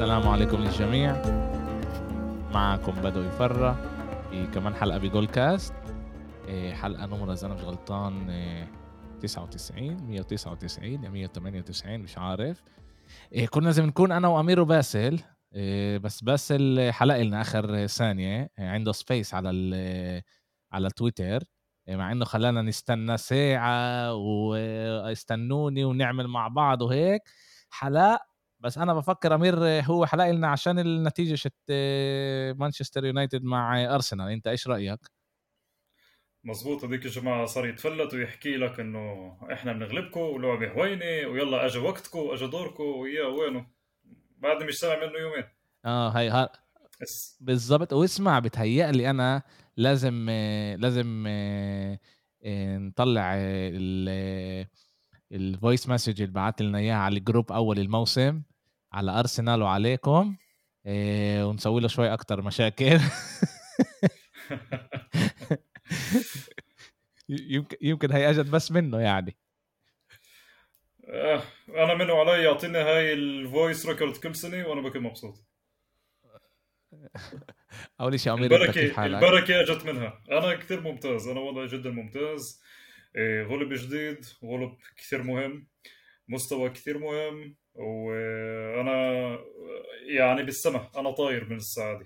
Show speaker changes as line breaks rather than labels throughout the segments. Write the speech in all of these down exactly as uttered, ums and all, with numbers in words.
السلام عليكم للجميع، معكم بدو يفرى في كمان حلقة بجول كاست. حلقة نمرة إذا أنا مش غلطان تسعة وتسعين مية وتسعة وتسعين يا مية وثمانية وتسعين مش عارف. كنا لازم نكون أنا وأمير وباسل، بس باسل حلق لنا آخر ثانية، عنده سبيس على على تويتر، مع إنه خلانا نستنى ساعة واستنوني ونعمل مع بعض وهيك حلق. بس أنا بفكر أمير هو حلق لنا عشان النتيجة شت مانشستر يونايتد مع أرسنال. أنت إيش رأيك؟
مظبوط. هذيك الجماعة صار يتفلت ويحكي لك انه احنا بنغلبكم ولعبة هوينة ويلا اجى وقتكم واجى دوركم ويا وينه بعد مش سامع منه يومين.
اه هاي ها
بس
بالضبط. واسمع، بتهيألي أنا لازم لازم آه، آه، نطلع الفويس مسج اللي بعت لنا اياها على الجروب اول الموسم على ارسنال وعليكم، إيه، ونسوي له شوي اكتر مشاكل. يمكن يمكن هي اجت بس منه يعني.
آه انا منه علي يعطيني هاي الفويس ريكورد كل سنة وانا بكون مبسوط.
اول شيء امير، انت
البركة
كيف حالك؟
البركة اجت منها. انا كثير ممتاز، انا وضعي جدا ممتاز. إيه، غلب جديد، غلب كثير مهم، مستوى كثير مهم، وانا يعني بالسما انا طاير من السعادة.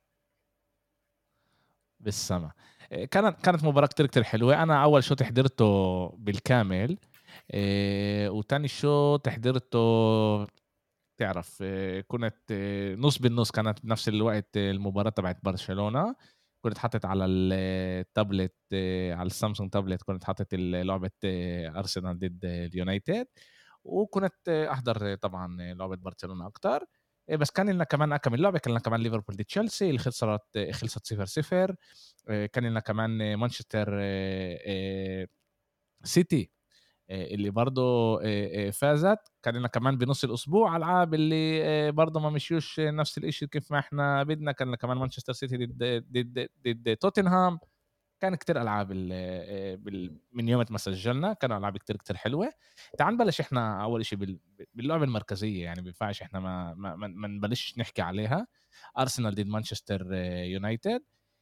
بالسما. إيه، كانت كانت مباراة كتير كتير حلوة. أنا أول شوط حضرته بالكامل، إيه، وتاني شوط حضرته تعرف إيه، كنت إيه، نص بالنص، كانت بنفس الوقت إيه، المباراة تبعت برشلونة. كنت حاطط على التابلت إيه، على السامسونج تابلت، كنت حاطط لعبة إيه، أرسنال ضد اليونايتد، وكنت إيه، أحضر طبعا لعبة برشلونة أكتر. إيه، بس كان لنا كمان كم لعبة، كان لنا كمان ليفربول ضد تشيلسي اللي خسرت إيه، خلصت صفر صفر. كان لنا كمان إيه، مانشستر إيه، إيه، سيتي اللي برضه فازت. كان لنا كمان بنص الاسبوع العاب اللي برضه ما مشيوش نفس الاشي كيف ما احنا بدنا. كان لنا كمان مانشستر سيتي ضد ضد ضد توتنهام. كان كتير العاب ال- بال- من يوم ما سجلنا كانوا العاب كتير كتير حلوه. تعال نبلش احنا اول شيء بال- باللعبه المركزيه، يعني ما بينفعش احنا ما ما ما ما نبلش نحكي عليها. ارسنال ضد مانشستر يونايتد.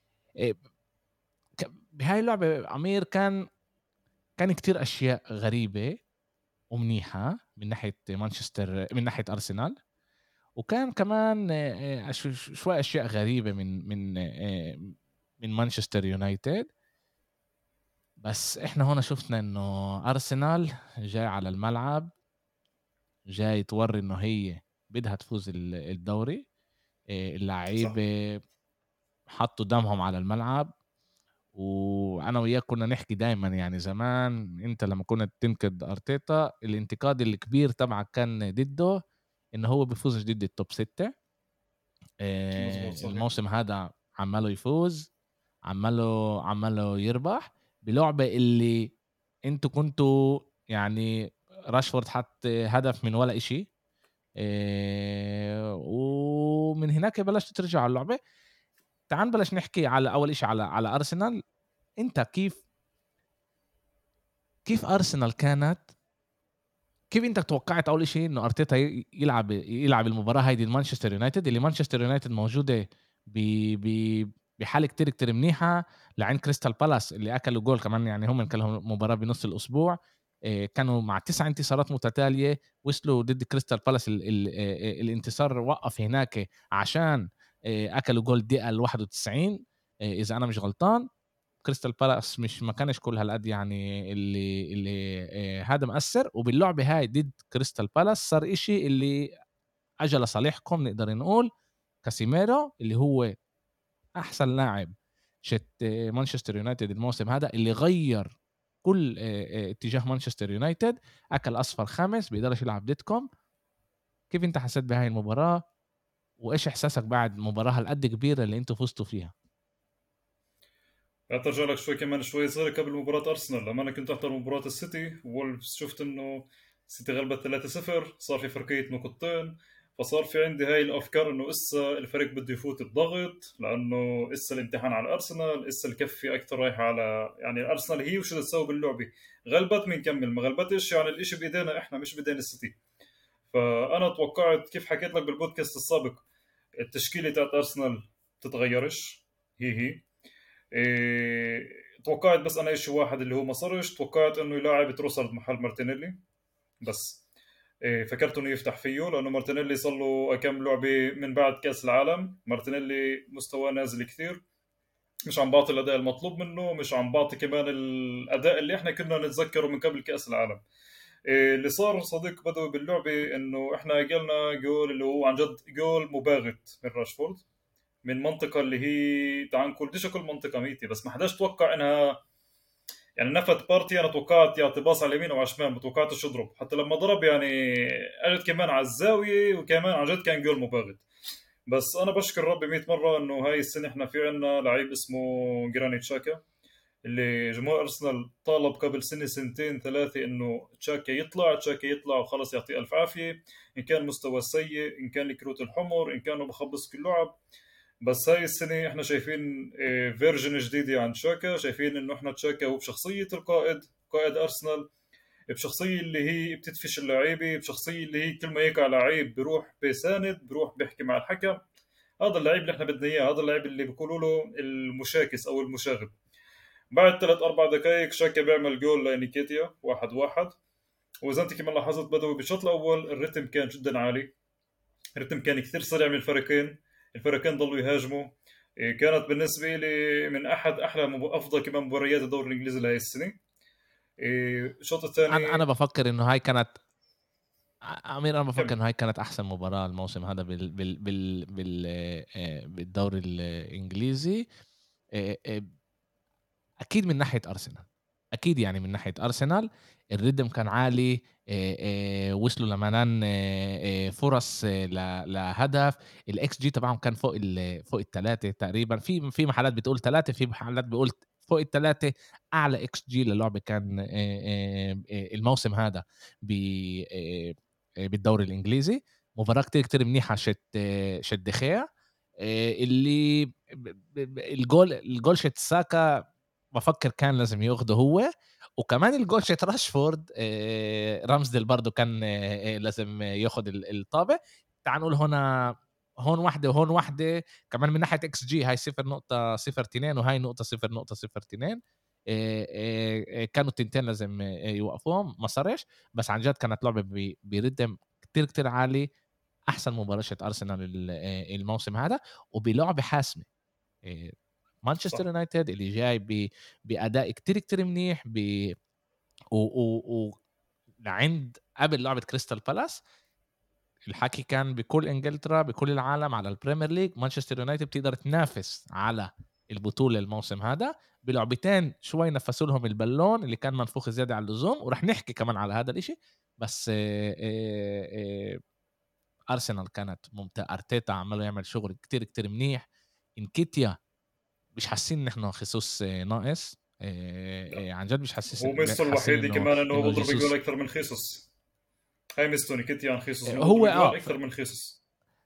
ك- بهاي اللعبه عمير كان كان كتير اشياء غريبه ومنيحة من ناحية مانشستر، من ناحية أرسنال. وكان كمان آه، آه، شو- شو- شوي أشياء غريبة من من آه، من مانشستر يونايتد. بس إحنا هنا شفنا إنه أرسنال جاي على الملعب، جاي توري إنه هي بدها تفوز ال- الدوري. آه،
صح.
اللعيبة حطوا دمهم على الملعب. وانا وياك كنا نحكي دايما، يعني زمان انت لما كنت تنكد ارتيتا الانتقاد الكبير تبعك كان ضده انه هو بيفوزش ضد التوب ستة.
مظبوط
آه،
صحيح.
الموسم هذا عماله يفوز، عماله عماله يربح بلعبة اللي انتوا كنتوا يعني راشفورد حط هدف من ولا اشي. آه، ومن هناك بلشت ترجع على اللعبة. تعال بلش نحكي على اول اشي على على ارسنال. انت كيف كيف ارسنال كانت، كيف انت توقعت اول شيء انه ارتيتا ي- يلعب يلعب المباراه هاي ضد مانشستر يونايتد، اللي مانشستر يونايتد موجوده ب ب بحاله كتير كتير منيحه لعند كريستال بالاس اللي اكلوا جول كمان، يعني هم كان لهم مباراه بنص الاسبوع. إيه، كانوا مع تسع انتصارات متتاليه، وصلوا ضد كريستال بالاس ال ال ال الانتصار وقف هناك عشان إيه، اكلوا جول الدقيقه ال واحد وتسعين، إيه، اذا انا مش غلطان. كريستال بالاس مش ما كانش كل هالقد يعني اللي اللي آه، هذا مأثر. وباللعبة هاي ضد كريستال بالاس صار إشي اللي أجى لصالحكم، نقدر نقول كاسيميرو اللي هو أحسن لاعب شت آه، مانشستر يونايتد الموسم هذا، اللي غير كل آه، آه، اتجاه مانشستر يونايتد. أكل أصفر خامس بيقدرش يلعب ضدكم. كيف أنت حسيت بهاي المباراة؟ وإيش إحساسك بعد مباراة هالقد كبيرة اللي أنتوا فزتوا فيها؟
ارجع لك شوي كمان شوي صغير قبل مباراة أرسنال. لما أنا كنت أحضر مباراة السيتي وولفز شفت إنه السيتي غلبت ثلاثة صفر، صار في فرقية نقطتين. فصار في عندي هاي الأفكار إنه إسا الفريق بده يفوت الضغط، لأنه إسا الامتحان على أرسنال، إسا الكفة أكثر رايحة على يعني الأرسنال. هي وش بدها تسوي باللعبة؟ غلبت من كمل، ما غلبتش يعني الإشي بإيدينا إحنا مش بإيدين السيتي. فانا توقعت كيف حكيت لك بالبودكاست السابق التشكيله تاعت ارسنال بتتغيرش، هي هي إيه، توقعت بس انا شيء واحد اللي هو ما صارش، توقعت انه يلاعب تروسارد محل مارتينيلي بس. إيه، فكرت انه يفتح فيه لانه مارتينيلي صار له كم لعبه من بعد كاس العالم، مارتينيلي مستواه نازل كثير، مش عم بعطي الاداء المطلوب منه، مش عم بعطي كمان الاداء اللي احنا كنا نتذكره من قبل كاس العالم. إيه، اللي صار صديق بدوي باللعبه انه احنا جالنا جول اللي هو عن جد جول مباغت من راشفورد، من منطقه اللي هي تعال نقول بديش كل منطقه ميتة، بس ما حداش توقع انها يعني نفت بارتي. انا توقعت يعطي باص على اليمين او على الشمال، ما توقعتش يضرب، حتى لما ضرب يعني اجت كمان على الزاويه، وكمان عن جد كان جول مباغت. بس انا بشكر ربي مئة مره انه هاي السنه احنا في عنا لعيب اسمه جرانيت شاكا، اللي جمهور ارسنال طالب قبل سنه سنتين ثلاثه انه تشاكا يطلع، تشاكا يطلع وخلص يعطيه الف عافيه، ان كان مستوى سيء، ان كان الكروت الحمر، ان كانوا بخبص كل لعب. بس هاي السنه احنا شايفين فيرجن جديده عن تشاكا، شايفين انه احنا تشاكا هو بشخصيه القائد، قائد ارسنال، بشخصيه اللي هي بتدفش اللعيبه، بشخصيه اللي هي كل ما يقع لعيب بيروح بيساند، بيروح بيحكي مع الحكم. هذا اللعيب اللي احنا بدنا اياه، هذا اللعيب اللي بيقولوا له المشاكس او المشاغب. بعد ثلاث اربع دقائق شاكا بيعمل جول لانيكيتيا، واحد واحد. واذا انت كمان لاحظت بدوي بالشوط الاول الريتم كان جدا عالي، الريتم كان كثير سريع من الفريقين، الفريقين ضلوا يهاجموا. إيه، كانت بالنسبه لي من احد احلى مب- افضل كمان مباريات الدوري الانجليزي لهي السنه. إيه، الشوط
انا انا
الثاني
بفكر انه هاي كانت ع امير، أنا بافكر
كمل.
إنه هاي كانت أحسن مباراة الموسم هذا بال بال بال بال آآ بالدوري الإنجليزي. آآ آآ أكيد من ناحية أرسنال، أكيد يعني من ناحية أرسنال الريتم كان عالي. آآ آآ وصلوا لمنان آآ فرص آه، ل لهدف. الXG تبعهم كان فوق ال فوق التلاتة تقريبًا، في في محلات بتقول تلاتة، في محلات بتقول فوق التلاتة. أعلى إكس جي للعبة كان آآ آآ الموسم هذا ب آآ بالدوري الإنجليزي. مباراة كتير، كتير منيحة شت شت دخيا آآ اللي ب ب ب الجول الجول شت ساكا بافكر كان لازم ياخده هو. وكمان الجول شت راشفورد آآ رامسديل برضه كان آآ لازم ياخد ال الطابة. تعال نقول هنا هون واحدة وهون واحدة. كمان من ناحية إكس جي هاي صفر نقطة صفر اتنين وهاي نقطة صفر نقطة صفر اتنين. آآ آآ كانوا التنتين لازم آآ يوقفوهم، ما صارش. بس عن جد كانت لعبة ب برتم كتير، كتير عالي. أحسن مباراة شت أرسنال ال آآ الموسم هذا، وبلعبة حاسمة. آآ مانشستر
صح.
يونايتد اللي جاي ب بأداء كتير، كتير منيح ب و و و لعند قبل لعبة كريستال بالاس الحكي كان بكل إنجلترا، بكل العالم على البريمير ليج مانشستر يونايتد بتقدر تنافس على البطولة الموسم هذا. بلعبتين شوي نفسوا لهم البالون اللي كان منفوخ زيادة عن اللزوم، ورح نحكي كمان على هذا الإشي. بس آآ آآ آآ أرسنال كانت ممتازة، أرتيتا عمّال يعمل شغل كتير، كتير منيح. إنكيتيا مش حاسين إن إحنا خصوص ناقص.
لا،
آآ عن جد مش حاسس
هو ميزته
حاسين
الوحيده
إنه
كمان انه
إنه
هو بيضرب جول
جيسوس
اكثر من خيسوس. هاي ميزته نيكيتيان خيسوس
آآ
انه
هو
بيضرب جوال
آه، ف
اكثر من خيسوس.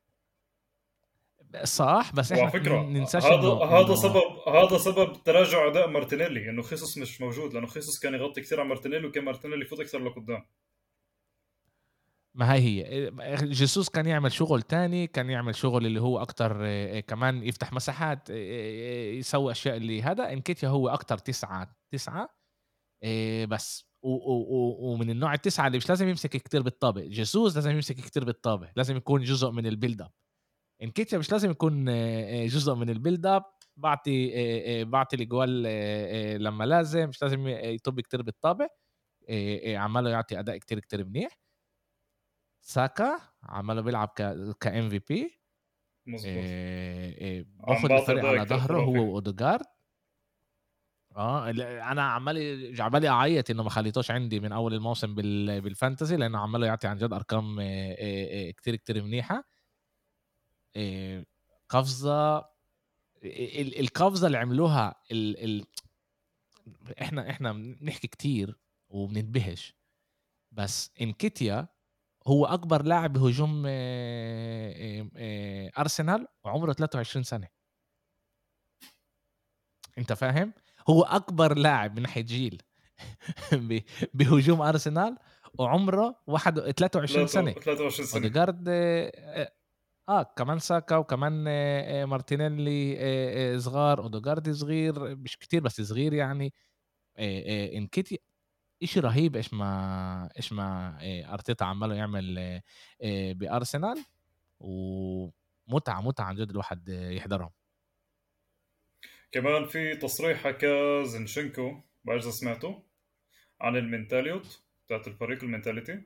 صح، بس
وعلى
إحنا
فكره
ننساش
هذا
إنه
هذا
إنه
سبب هذا سبب تراجع اداء مارتينيلي، انه خيسوس مش موجود، لانه خيسوس كان يغطي كثير على مارتينيلي، وكان مارتينيلي يفوت اكثر لقدام.
ما هي هي آآ جيسوس كان يعمل شغل تاني، كان يعمل شغل اللي هو أكتر آآ كمان يفتح مساحات، آآ يسوي أشياء اللي هذا. إنكيتيا هو أكتر تسعة تسعة آآ بس و و و ومن النوع التسعة اللي مش لازم يمسك كتير بالطابة. جيسوس لازم يمسك كتير بالطابة، لازم يكون جزء من الbuild up. انكيتيا مش لازم يكون آآ جزء من الbuild up. باعطي آآ آآ باعطي الأجوال آآ لمّا لازم، مش لازم يطُب كتير بالطابة. آآ عمّاله يعطي أداء كتير، كتير منيح. ساكا عمّاله بيلعب ك كMVP.
مزبوط.
آآ آآ
عم
باخد
بعطي
الفريق
اداء
على
كثير
ضهره هو
خرافي.
وأوديجارد. آه، ال أنا عمّال عمّال أعيّط إنه ما خليتوش عندي من أول الموسم بال بالفانتزي، لإنه عمّال يعطي عن جد أرقام آآ آآ كتير، كتير منيحة. آآ قفزة ال القفزة اللي عملوها ال ال إحنا إحنا بنحكي كتير وبنندبهش، بس إنكيتيا هو أكبر لاعب بهجوم آآ آآ أرسنال وعمره ثلاثة وعشرين سنة. أنت فاهم؟ هو أكبر لاعب من ناحية جيل ب بهجوم أرسنال وعمره واحد ثلاثة وعشرين سنة.
ثلاثة وعشرين سنة.
اوديجارد اه آه، كمان ساكا وكمان آه، آه، مارتينيلي آه، آه، صغار، اوديجارد صغير مش كتير بس صغير يعني. آه، آه، انكيتي إشي رهيب إيش ما إيش ما آآ أرتيتا عمّاله يعمل آآ بأرسنال، ومتعة، متعة عن جد الواحد يحضرهم.
كمان في تصريح حكى زينشينكو، بعرف إذا سمعته، عن المنتاليوت تاعت الفريق، المنتاليتي.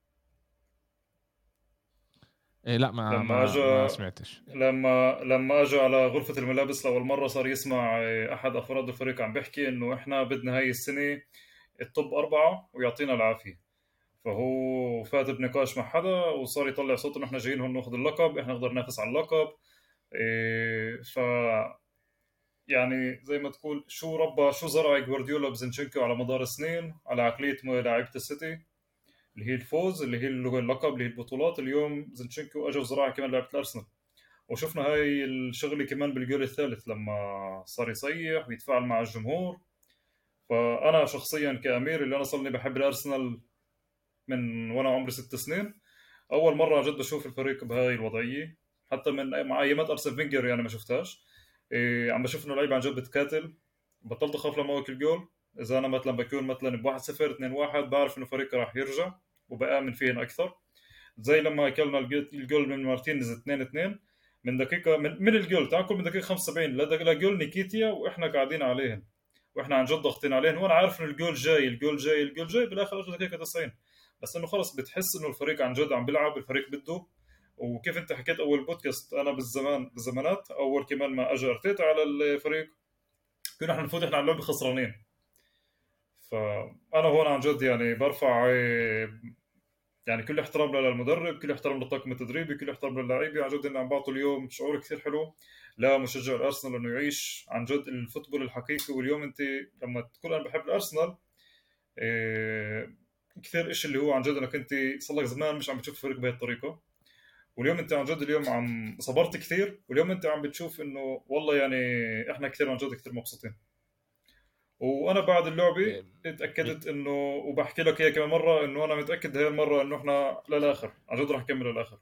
آآ لأ ما
لما
ما ما
اجى
سمعتش.
لما لما اجى على غرفة الملابس لأول مرة، صار يسمع أحد أفراد الفريق عم بيحكي إنه إحنا بدنا هاي السنة التوب أربعة ويعطينا العافية. فهو فات بنقاش مع حدا وصار يطلع صوت إنه إحنا جايين هون ناخذ اللقب، إحنا نقدر ننافس على اللقب. إيه ف يعني زي ما تقول شو ربى شو زرع جوارديولا بزنشنكو على مدار السنين على عقلية لاعيبة السيتي، اللي هي الفوز، اللي هي اللقب، اللي هي البطولات. اليوم زنشنكو اجى وزرعها كمان لعبة الارسنال. وشفنا هاي الشغلة كمان بالجول الثالث لما صار يصيح ويتفاعل مع الجمهور. فأنا شخصيا كأمير، اللي أنا صلني بحب الأرسنال من وأنا عمري ست سنين، أول مرة عن جد بشوف الفريق بهاي الوضعية. حتى من مع أيامات أرسن فينجر يعني ما شفتهاش. إيه عم بشوف إنه اللعيبة عن جد بتكاتل. بطلت أخاف لما أوكل جول. إذا أنا مثلا بكون مثلا بواحد صفر اثنين واحد، بعرف إنه فريقي راح يرجع وبآمن فيهن أكثر. زي لما اكلنا الجول الجول من مارتينيز اثنين اثنين، من دقيقه من, من الجول تعال نقول من دقيقه خمسة وسبعين لدق- لجول نيكيتيا، واحنا قاعدين عليهم، واحنا عن جد ضاغطين عليهم، وانا عارف انه الجول جاي الجول جاي الجول جاي بالاخر اجى دقيقه تسعين. بس انه خلص بتحس انه الفريق عن جد عم بيلعب، الفريق بده. وكيف انت حكيت اول بودكاست، انا بالزمان بالزمانات اول كمان ما اجى ارتيتا على الفريق، كنا احنا نفوت احنا على اللعبه خسرانين. فانا هون عن جد يعني برفع يعني كل احترام للمدرب، كل احترام للطاقم التدريبي، كل احترام للاعبين. عن جد انه عم بعطوا اليوم شعور كثير حلو لمشجع الارسنال انه يعيش عن جد الفوتبول الحقيقي. واليوم انت لما تقول انا بحب الارسنال، إيه كثير اشي اللي هو عن جد انك انت صار لك زمان مش عم بتشوف فريق بهي الطريقه. واليوم انت عن جد اليوم عم صبرت كثير، واليوم انت عم بتشوف انه والله يعني احنا كثير عن جد كثير مبسوطين. وانا بعد اللعبه
آآ
اتاكدت انه، وبحكي لك اياها كمان مره، انه انا متاكد هاي المره انه احنا للاخر عن جد رح نكمل للاخر.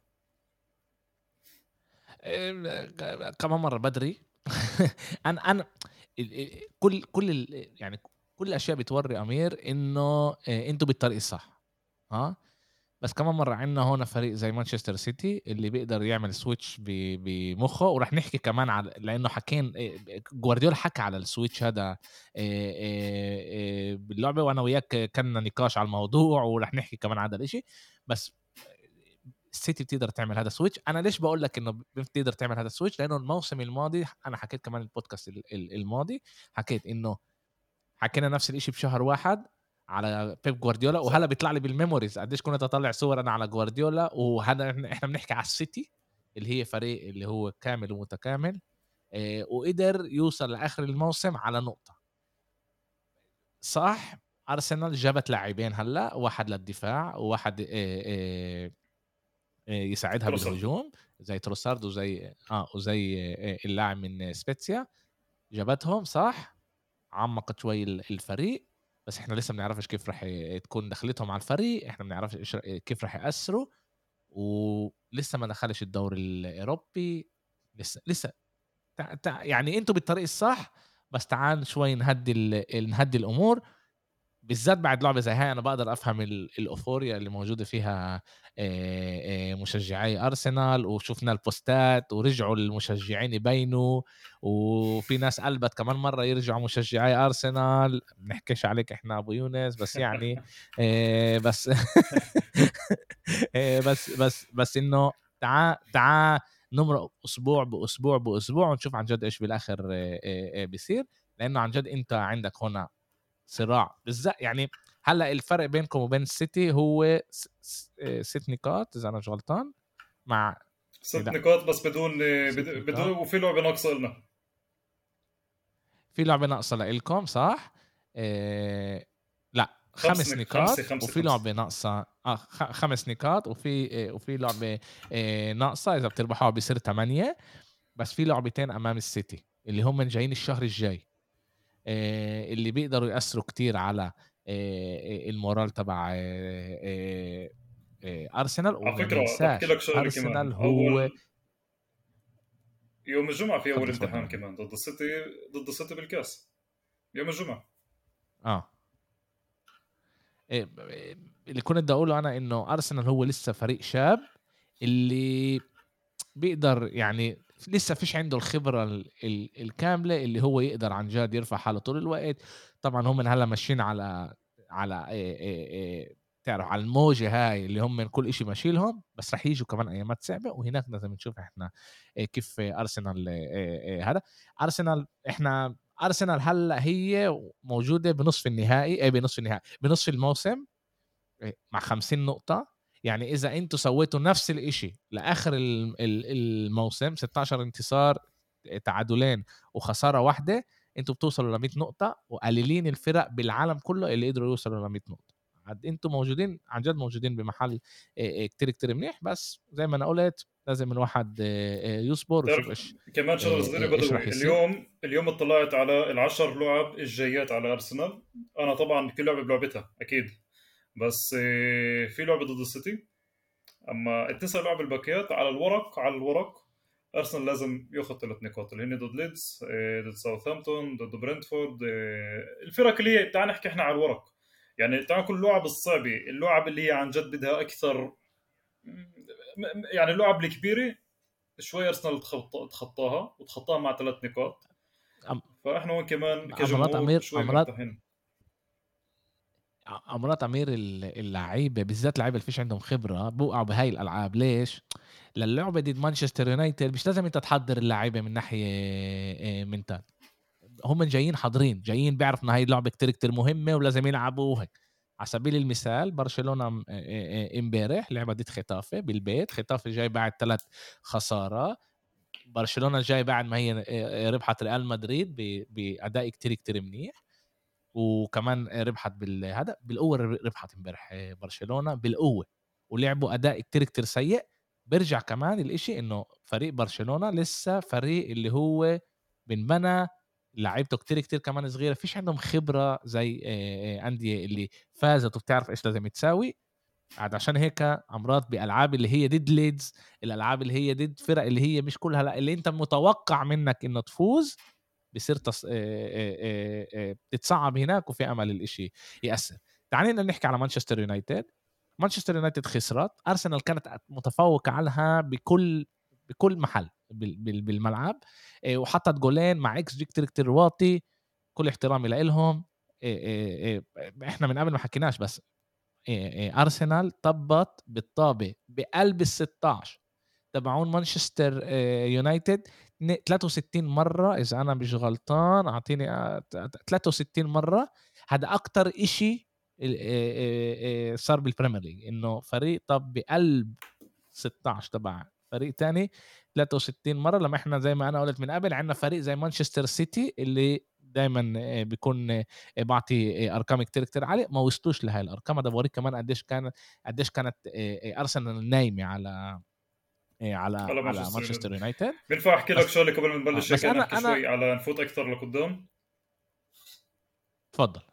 آآ كمان مرّة بدري. أنا أنا ال ال كل كل ال يعني كل الأشياء بتورّي أمير إنه آآ أنتم بالطريق الصح. آه. بس كمان مرة عندنا هون فريق زي مانشستر سيتي اللي بيقدر يعمل سويتش ب- بمخه، وراح نحكي كمان على لانه حكين إيه، جوارديولا حكى على السويتش هذا إيه، إيه، إيه، باللعبه، وانا وياك كان نقاش على الموضوع، وراح نحكي كمان على هذا الاشي. بس السيتي بتقدر تعمل هذا السويتش. انا ليش بقول لك انه بتقدر تعمل هذا السويتش؟ لانه الموسم الماضي انا حكيت كمان البودكاست ال- ال- الماضي، حكيت انه حكينا نفس الاشي بشهر واحد على بيب جوارديولا، وهلا
صح.
بيطلع لي بالميموريز قديش كنت اطلع صور انا على جوارديولا. وهذا احنا إحنا بنحكي على السيتي اللي هي فريق اللي هو كامل ومتكامل، إيه، وقدر يوصل لاخر الموسم على نقطة. صح. ارسنال جابت لاعبين هلا، واحد للدفاع وواحد إيه إيه إيه يساعدها
تروسرد.
بالهجوم، زي تروسارد وزي اه وزي إيه اللاعب من سبيتسيا. جابتهم صح، عمقت شوي ال- الفريق. بس احنا لسه ما بنعرفش كيف راح ي- تكون دخلتهم على الفريق، احنا ما بنعرفش إيش ر- كيف راح يأثروا، ولسه ما دخلش الدوري الأوروبي. لسه لسه تع... تع... يعني انتوا بالطريق الصح، بس تعال شوي نهدي ال... نهدي الأمور. بالذات بعد لعبة زي هاي أنا بقدر أفهم ال- الأوفوريا اللي موجودة فيها آه، آه، مشجعي أرسنال. وشفنا البوستات ورجعوا المشجعين يبينوا، وفي ناس قلبت كمان مرة يرجعوا مشجعي أرسنال. بنحكيش عليك إحنا أبو يونس، بس يعني آه، بس آه، بس بس بس إنه تعا تعا نمرق أسبوع بأسبوع بأسبوع ونشوف عن جد إيش بالآخر آه، آه، آه، بيصير. لأنه عن جد أنت عندك هنا صراع بالذات يعني. هلا الفرق بينكم وبين السيتي هو س- س- آه، ست نقاط اذا انا مش غلطان. مع إيه
ست
لا،
نقاط بس بدون
ست
بد- بدون
نقاط.
وفي لعبه ناقصه لنا.
في لعبه ناقصه لإلكم صح. إيه لا،
خمس
خمس
نق... خمسه
نقاط
خمسه
وفي
خمسه
لعبه ناقصه. اه خ- خمس نقاط وفي إيه وفي لعبه إيه ناقصه، اذا بتربحوها بصير ثمانية. بس في لعبتين امام السيتي اللي هم جايين الشهر الجاي، إيه اللي بيقدروا يأثروا كتير على المورال تبع آه، آه، ارسنال.
على
وما
فكره تحكي
ننساش
لك شغله كمان،
ارسنال هو.
اول يوم الجمعه في اول
تفضل تفضل
امتحان
يعني.
كمان ضد السيتي، ضد السيتي بالكاس يوم الجمعه.
اه إيه، اللي كنت بدي اقوله انا انه ارسنال هو لسه فريق شاب، اللي بيقدر يعني لسه فيش عنده الخبرة ال ال الكاملة اللي هو يقدر عن جد يرفع حاله طول الوقت. طبعا هم من هلا ماشيين على على إيه إيه إيه تعرف على الموجة هاي اللي هم من كل إشي ماشيلهم، بس رح يجوا كمان أيامات صعبة، وهناك لازم نشوف إحنا إيه كيف أرسنال إيه إيه هذا. أرسنال إحنا أرسنال هلا هي موجودة بنصف النهائي، إيه بنصف النهائي بنصف الموسم مع خمسين نقطة. يعني إذا أنتوا سويتوا نفس الإشي لآخر ال- ال- الموسم ستاشر انتصار تعادلين وخسارة واحدة، أنتوا بتوصلوا ل مية نقطة، وقليلين الفرق بالعالم كله اللي قدروا يوصلوا ل مية نقطة. عاد أنتوا موجودين عن جد، موجودين بمحل إيه إيه كتير كتير منيح، بس زي ما أنا قلت لازم الواحد إيه إيه يصبر ويشوف
تعرف
إيش
كمان شغله
إيه
صغيره
إيه إيش راح
بدوي،
يصير.
اليوم اليوم اطلعت على العشر لعب الجايات على ارسنال. انا طبعا كل لعبه بلعبتها اكيد، بس آه، في لعبه ضد السيتي. اما التسع لعب الباكيات على الورق، على الورق ارسنال لازم ياخذ ثلاث نقاط اللي هن ضد ليدز، آه، ضد ساوثهامبتون، ضد برنتفورد، آه، الفرق اللي هي تعال نحكي احنا على الورق. يعني تعال كل اللعب الصعبه، اللعب اللي هي عن جد بدها اكثر، م- يعني اللعب الكبيره شوي ارسنال تخطى- تخطاها وتخطاها مع ثلاث نقاط.
أم-
فاحنا وين كمان
أمرات
كجمهور
أمير
شوي
أمرات
مرتاحين.
امرات امير ال- اللعيبه بالذات اللعيبه اللي فيش عندهم خبره بوقعوا بهاي الالعاب. ليش؟ للعبه دي مانشستر يونايتد مش لازم انت تحضر اللعيبه من ناحيه آه، منتال. هم جايين حاضرين، جايين بيعرف ان هاي اللعبه كتير كتير مهمه ولازم يلعبوا هيك. على سبيل المثال برشلونه م- آه، آه، امبارح لعبه ضد ختافه بالبيت، ختافه جاي بعد ثلاث خساره. برشلونه جاي بعد ما هي آه، آه، ربحت ريال مدريد ب- باداء كتير كتير منيح، وكمان ربحت بالهذا بالقوه. ربحت امبارح برشلونه بالقوه، ولعبوا اداء كتير كتير سيء. بيرجع كمان الاشي انه فريق برشلونه لسه فريق اللي هو بنبنى، لعيبته كتير كتير كمان صغيره، فيش عندهم خبره زي آه، آه، انديه اللي فازت وبتعرف ايش لازم تساوي. عاد عشان هيك امراض بالالعاب اللي هي ديد ليدز، الالعاب اللي هي ديد فرق اللي هي مش كلها لا اللي انت متوقع منك انه تفوز، بصير تص... آه، آه، آه، آه، بتتصعب هناك وفي امل الاشي يأثر. تعالينا نحكي على مانشستر يونايتد. مانشستر يونايتد خسرت، ارسنال كانت متفوقه عنها بكل بكل محل بال- بال- بالملعب، آه، وحطت جولين مع اكس جي كتير كتير واطي. كل احترامي لهم. احنا من قبل ما حكيناش، بس آه، آه، ارسنال طبط بالطابه بقلب ال ستاشر تبعون مانشستر آه، يونايتد ن- ثلاثة وستين مرة إذا أنا مش غلطان. أعطيني آه، ثلاثة وستين مرة. هذا أكتر إشي آه، آه، آه، صار بالبريمير ليج، إنه فريق طب بقلب ستاشر تبع فريق تاني ثلاثة وستين مرة. لما إحنا زي ما أنا قلت من قبل عندنا فريق زي مانشستر سيتي اللي دايما آه، بيكون آه، بعطي آه، ارقام كتير كتير عاليه، ما وصلوش لهي الارقام. هذا بوريك كمان قديش كانت قديش كانت آه، آه، ارسنال نايمه على إيه على
على
على
مانشستر يونايتد.
مانشستر يونايتد.
بينفع احكي لك
بس
شغله قبل ما
آه
نبلش
بس
هيك
انا
نحكي
انا
شوي على نفوت اكثر لقدام؟
اتفضل.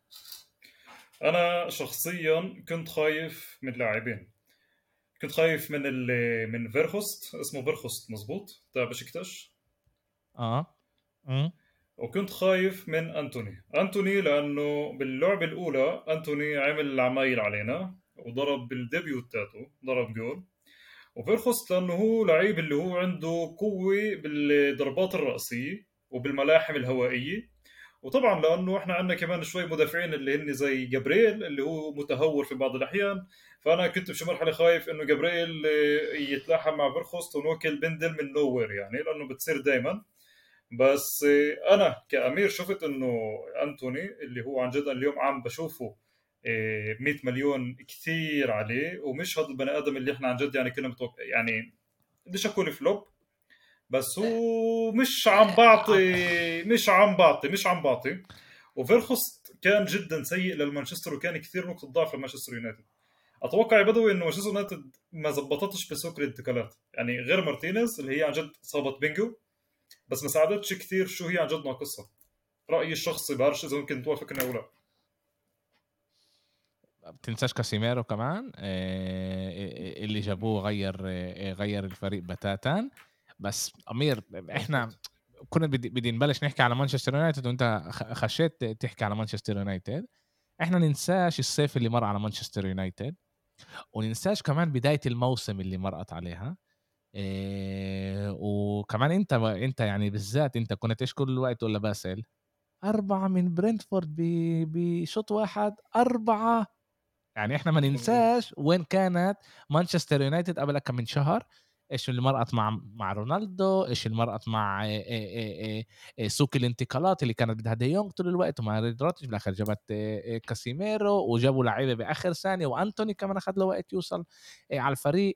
انا شخصيا كنت خايف من لاعبين. كنت خايف من اللي من فيرخوست، اسمه فيرخوست مزبوط، تاع بشكتش.
اه امم
وكنت خايف من انتوني انتوني لانه باللعبه الاولى انتوني عمل عمايل علينا وضرب بالديبيوت تاعته ضرب جول. وفيرخوست لانه هو لعيب اللي هو عنده قوه بالضربات الرأسيه وبالملاحم الهوائيه. وطبعا لانه احنا عندنا كمان شوي مدافعين اللي هن زي جبريل اللي هو متهور في بعض الاحيان. فانا كنت بشي مرحله خايف انه جبريل آه، يتلاحم مع فيرخوست ونوكل بندل من نوير، يعني لانه بتصير دائما. بس آه، انا كامير شفت انه انتوني اللي هو عن جد اليوم عم بشوفه آه، مية مليون كثير عليه، ومش هذا البني ادم اللي احنا عن جد يعني كنا متوقع يعني. بديش اقول فلوب، بس هو مش عم بعطي مش عم بعطي مش عم بعطي. وفيرخوست كان جدا سيء للمانشستر، وكان كثير نقطة ضعف لمانشستر يونايتد. اتوقع يا بدوي انه مانشستر يونايتد ما زبطتش بسوق الانتقالات، يعني غير مارتينيز اللي هي عن جد صابت بينجو، بس ما ساعدتش كثير. شو هي عن جد ناقصها؟ رايي الشخصي، بعرفش اذا ممكن توافقني او لا.
بتنساش كاسيميرو كمان آه، اللي جابوه غير آه، غير الفريق بتاتا. بس أمير إحنا
مزبوط.
كنا بدي بدي نبلش نحكي على مانشستر يونايتد وأنت خ- خشيت تحكي على مانشستر يونايتد. إحنا ننساش الصيف اللي مر على مانشستر يونايتد، وننساش كمان بداية الموسم اللي مرقت عليها. إيه وكمان أنت أنت يعني بالذات أنت كنت إيش كل الوقت تقول لباسل أربعة من برينتفورد ب- بشوط واحد أربعة. يعني إحنا ما
مزبوط.
ننساش وين كانت مانشستر يونايتد قبل كم من شهر، إيش اللي مرقت مع مع رونالدو، إيش اللي مرقت مع إيه إيه إيه إيه سوق الانتقالات اللي كانت بدها دي يونغ طول الوقت وما رضتش، بالآخر جابت إيه إيه كاسيميرو وجابوا لعيبة بآخر ثانية، وأنتوني كمان أخذ له وقت يوصل إيه على الفريق.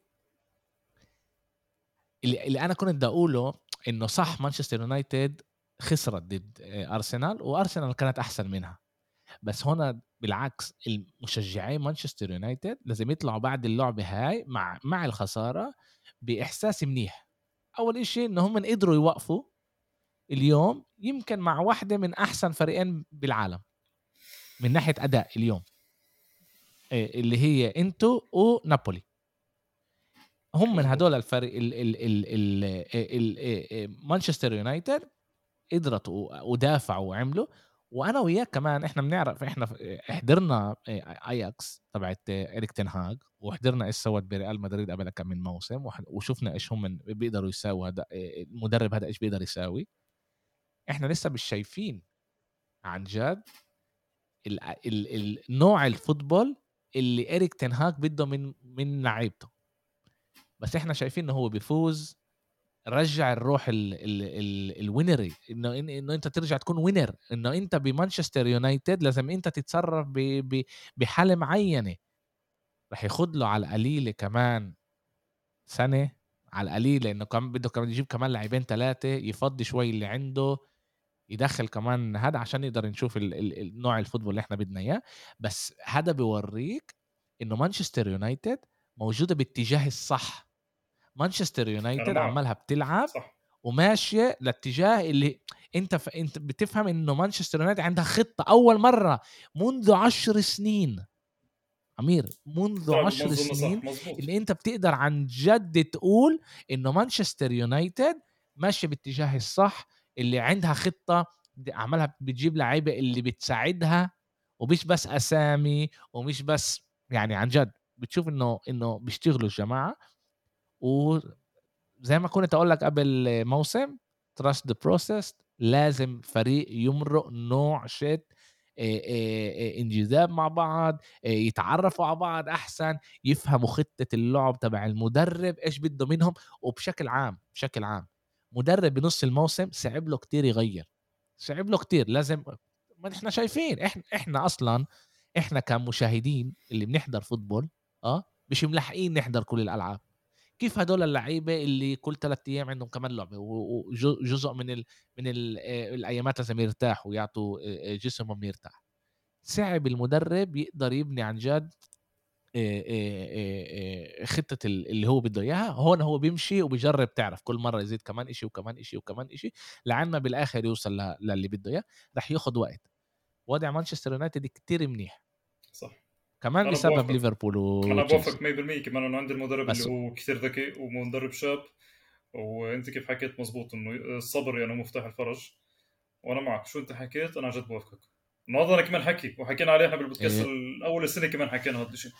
اللي, اللي أنا كنت بدي أقوله إنه صح مانشستر يونايتد خسرت ضد إيه أرسنال، وأرسنال كانت أحسن منها، بس هنا بالعكس المشجعين مانشستر يونايتد لازم يطلعوا بعد اللعبة هاي مع مع الخسارة بإحساس منيح. أول إشي إن هم قدروا يوقفوا اليوم يمكن مع واحدة من أحسن فريقين بالعالم من ناحية أداء اليوم، إيه اللي هي انتو ونابولي. هم من
مزبوط.
هدول الفريق ال ال ال ال ال ال مانشستر يونايتد قدرت ودافعوا وعملوا. وانا وياك كمان احنا بنعرف، احنا حضرنا اياكس تبعت اريك تنهاج، وحضرنا ايش سوت بريال مدريد قبل كم من موسم، وشفنا ايش هم بيقدروا يساووا. هذا المدرب هذا ايش بيقدر يساوي. احنا لسه مش شايفين عن جد ال ال النوع الفوتبول اللي اريك تنهاج بده من من لعيبته، بس احنا شايفين انه هو بيفوز، رجع الروح ال ال ال الوينري، انه إن- انه انت ترجع تكون وينر، انه انت بمانشستر يونايتد لازم انت تتصرف ب ب بحاله معينه. رح ياخد له على القليله كمان سنه، على القليله، انه كمان بده كمان يجيب كمان لاعبين ثلاثه يفضي شوي اللي عنده، يدخل كمان هذا عشان يقدر نشوف ال ال النوع الفوتبول اللي احنا بدنا اياه. بس هذا بيوريك انه مانشستر يونايتد موجوده باتجاه الصح. مانشستر
انا
يونايتد
معك.
عمالها بتلعب
صح.
وماشيه لاتجاه اللي انت ف... انت بتفهم انه مانشستر يونايتد عندها خطه اول مره منذ عشر سنين. امير منذ
تلعب
عشر
بمنظومه
سنين
صح. مزبوط.
اللي انت بتقدر عن جد تقول انه مانشستر يونايتد ماشيه باتجاه الصح، اللي عندها خطه دي عملها بتجيب لعيبه اللي بتساعدها، ومش بس اسامي، ومش بس يعني عن جد بتشوف انه انه بيشتغلوا الجماعه. زي ما كنت اقول لك قبل موسم trust the process، لازم فريق يمرق نوع شت إيه إيه إيه انجذاب مع بعض، إيه يتعرفوا على بعض احسن، يفهموا خطة اللعب تبع المدرب ايش بده منهم. وبشكل عام بشكل عام مدرب بنص الموسم صعب له كتير يغير، صعب له كتير. لازم ما احنا شايفين، احنا احنا اصلا احنا كمشاهدين اللي بنحضر فوتبول اه مش ملحقين نحضر كل الالعاب. كيف هدول اللعيبه اللي كل ثلاث ايام عندهم كمان لعبه، وجزء من ال من ال الايامات لازم يرتاحوا ويعطوا جسمهم يرتاح. صعب المدرب يقدر يبني عن جد خطة اللي هو بده اياها. هون هو بيمشي وبيجرب، تعرف كل مرة يزيد كمان اشي وكمان اشي وكمان اشي لعن ما بالاخر يوصل للي بده اياه. رح ياخد وقت. وضع مانشستر يونايتد كتير منيح
صح.
كمان
انا
بسبب
بوافقك.
ليفربول
انا
وتشيلسي.
بوافقك مية بالمية. كمان انه عند المدرب اللي
بس
هو كثير ذكي ومدرب شاب. وانت كيف حكيت مزبوط انه الصبر يعني مفتاح الفرج. وانا معك شو انت حكيت. انا عن جد بوافقك. نظرا كمان حكي وحكينا عليه احنا بالبودكاست
إيه،
الاول السنه كمان حكينا هذا الشيء.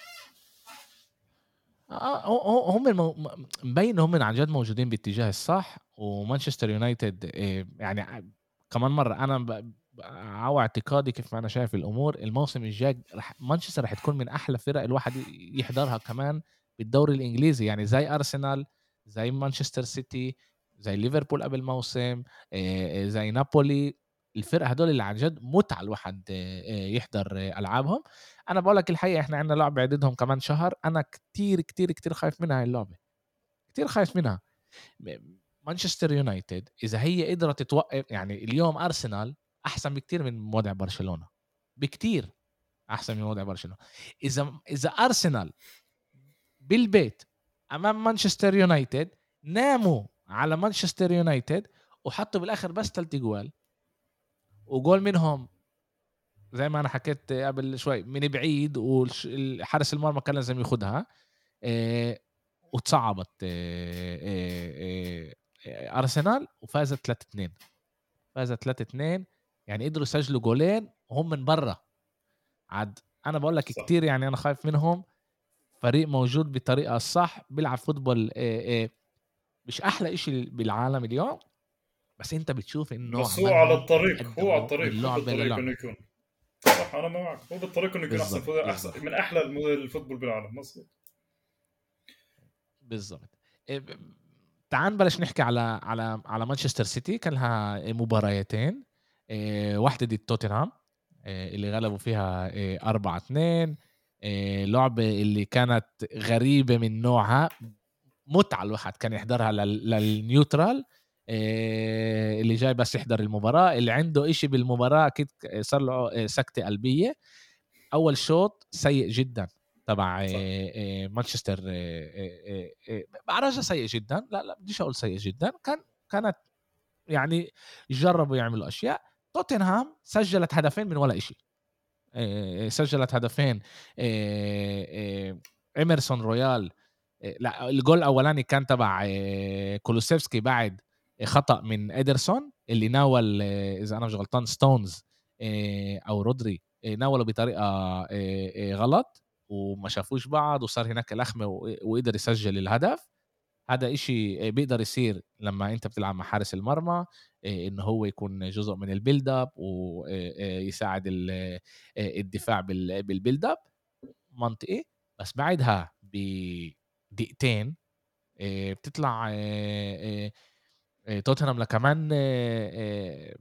آه، هو- هو- هم المو... م- مبين هم عن جد موجودين باتجاه الصح. ومانشستر يونايتد إيه، يعني ع- كمان مرة أنا ب... ب- على اعتقادي كيف ما أنا شايف الأمور الموسم الجاي رح مانشستر رح تكون من أحلى فرق الواحد ي- يحضرها كمان بالدوري الإنجليزي، يعني زي أرسنال، زي مانشستر سيتي، زي ليفربول قبل موسم، إيه، زي نابولي. الفرق هدول اللي عن جد متعة الواحد إيه، إيه، يحضر إيه، ألعابهم. انا بقول لك الحقيقه احنا عندنا لعبه عددهم كمان شهر، انا كتير كتير كتير خايف منها هاي اللعبه، كتير خايف منها. م- مانشستر يونايتد اذا هي قدرت توقف، يعني اليوم ارسنال احسن بكتير من وضع برشلونه، بكتير احسن من وضع برشلونه. اذا اذا ارسنال بالبيت امام مانشستر يونايتد ناموا على مانشستر يونايتد وحطوا بالاخر بس ثلاث جوال، وجول منهم زي ما أنا حكيت قبل شوي من بعيد والش ال حارس المرمى كان لازم ياخدها آآ، واتصعّبت آآ آآ آآ أرسنال وفازت ثلاثة اثنين فازت ثلاثة اثنين يعني قدروا يسجلوا جولين وهم من برّا، عاد أنا باقول لك
صح.
كتير يعني أنا خايف منهم، فريق موجود بالطريقة الصح بيلعب فوتبول آآ آآ مش أحلى إشي بالعالم اليوم، بس أنت بتشوف إنه
بس هو على
عمالهم
الطريق، هو على
يتقدموا
الطريق،
من
هو
لعبة
بالطريق إنه
للعبة.
يكون. صح، أنا معك، هو بالطريق إنه يكون أحسن
بالضبط،
فوز أحسن
بالضبط،
من أحلى الم الفوتبول بالعالم، مضبوط.
بالضبط. آآ ب تعال نبلش نحكي على على على مانشستر سيتي كان لها مباريتين، آآ واحدة ضد توتنهام آآ اللي غلبوا فيها آآ أربعة اثنين آآ لعبة اللي كانت غريبة من نوعها، متعة الواحد كان يحضرها لل للنيوترال آآ اللي جاي بس يحضر المباراة، اللي عنده إشي بالمباراة أكيد ك صار له آآ سكتة قلبية. أول شوط سيء جدًا تبع
صح.
آآ مانشستر آآ آآ بعرفش سيء جدًا، لأ، لأ بديش أقول سيء جدًا، كان كانت يعني جرّبوا يعملوا أشياء. توتنهام سجّلت هدفين من ولا إشي، آآ سجّلت هدفين آآ آآ إميرسون رويال آآ لأ الجول الأولاني كان تبع آآ كولوسيفسكي بعد خطأ من إيدرسون اللي ناول آه، إذا أنا مش غلطان ستونز آآ أو رودري آآ ناوله بطريقة آآ آآ غلط وما شافوش بعض وصار هناك لخمة و وقدر يسجّل الهدف. هذا إشي بيقدر يصير لمّا أنت بتلعب مع حارس المرمى آآ إنه هو يكون جزء من الbuild up و آآ آآ يساعد ال آآ الدفاع بال بالbuild up منطقي، بس بعدها بدقيقتين آآ بتطلع آآ آآ توتنهام لكمان آآ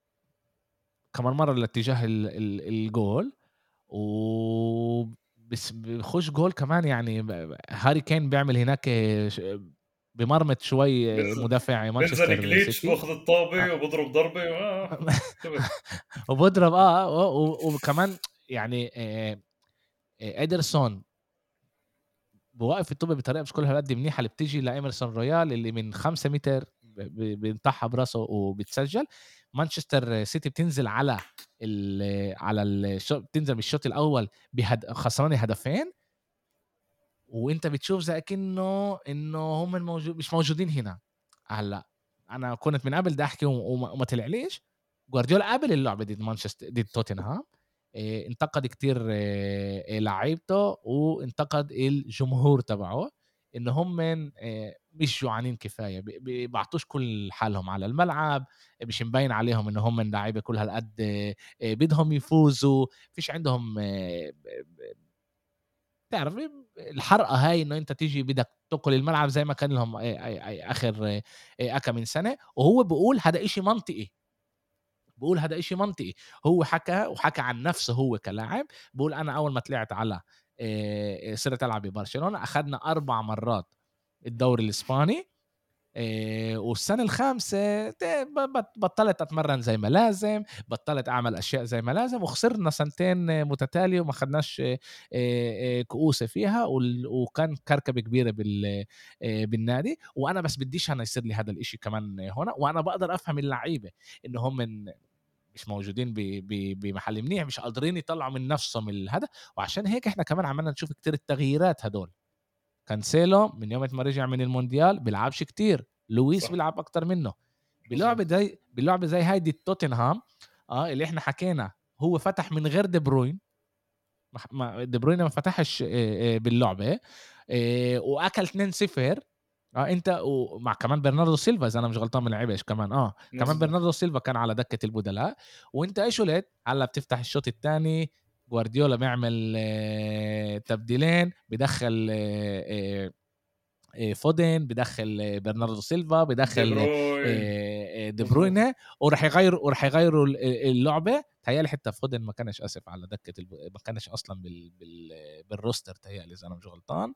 كمان مرّة لاتجاه ال ال الجول و بس بيخش جول كمان يعني ب ب هاري كين بيعمل هناك ش بمرمط شوي
بينزل
مانشستر
بينزل
مانشستر
glitch
سيتي
بياخذ
أ
الطابة وبيضرب ضربة آه، انتبه.
وبيضرب آه و و وكمان يعني آآ إيدرسون بوقف الطوبة بطريقة مش كل هالقد منيحة اللي بتيجي لإميرسون رويال اللي من خمسة متر ب ب بينطحها براسه وبتسجل. مانشستر سيتي بتنزل على ال على الش بتنزل من الشوط الأول بهد خسرانة هدفين، وأنت بتشوف زي أكنه إنه هم الموجو مش موجودين هنا. هلأ أنا كنت من قبل بدي أحكي و وما وما طلعليش، جوارديولا قبل اللعبة ضد مانشست ضد توتنهام آآ انتقد كتير آآ لعيبته وانتقد الجمهور تبعه، إن هُمّن آآ مش جوعانين كفاية، ب ب بيعطوش كل حالهم على الملعب، مش مبين عليهم إن هُمّن لعيبة كل هالقد آآ بدهم يفوزوا، فيش عندهم ب ب تعرف الحرقة هاي إنه أنت تيجي بدك تدخل الملعب زي ما كان لهم آآ آآ آخر آآ أكم من سنة، وهو بيقول هذا إشي منطقي. بيقول هذا إشي منطقي. هو حكى وحكى عن نفسه هو كلاعب، بيقول أنا أول ما طلعت على آآ صرت ألعب ببرشلونة أخدنا أربع مرات الدوري الإسباني آآ والسنة الخامسة ت ب بط بطّلت أتمرّن زي ما لازم، بطّلت أعمل أشياء زي ما لازم، وخسرنا سنتين متتالية وما خدناش آآ آآ كؤوسة فيها وال وكان كركبة كبيرة بال آآ بالنادي، وأنا بس بديش أنا يصير لي هذا الإشي كمان هنا، وأنا باقدر أفهم اللعيبة إنه هم من مش موجودين ب ب بمحل منيح، مش قادرين يطلعوا من نفسهم الهدف، وعشان هيك إحنا كمان عمالنا نشوف كتير التغييرات هدول. كانسيلو من يومة ما رجع من المونديال بيلعبش كتير، لويس
صح.
بيلعب أكتر منه. بلعبة
مضبوط.
زي بلعبة زي هاي ضد توتنهام آه اللي إحنا حكينا هو فتح من غير دي بروين ما ح ما دي بروين ما فتحش آآ آآ باللعبة آآ وأكل اتنين صفر آه أنت ومع كمان برناردو سيلفا إذا أنا مش غلطان ما لعبش كمان آه، كمان
مضبوط.
برناردو سيلفا كان على دكة البدلاء، وأنت إيش قُلت هلّأ بتفتح الشوط التاني جوارديولا بيعمل آه، تبديلين بيدخّل آآ آآ فودن، بدخّل برناردو سيلفا،
دي
بدخّل
بروين.
آآ دي
مضبوط.
بروينة، وراح يغيّروا وراح يغيّروا ال اللعبة. بيتهيأ لي حتى فودن ما كانش آسف على دكة الب ما كانش أصلًا بال بال بالروستر بيتهيأ لي إذا أنا مش غلطان.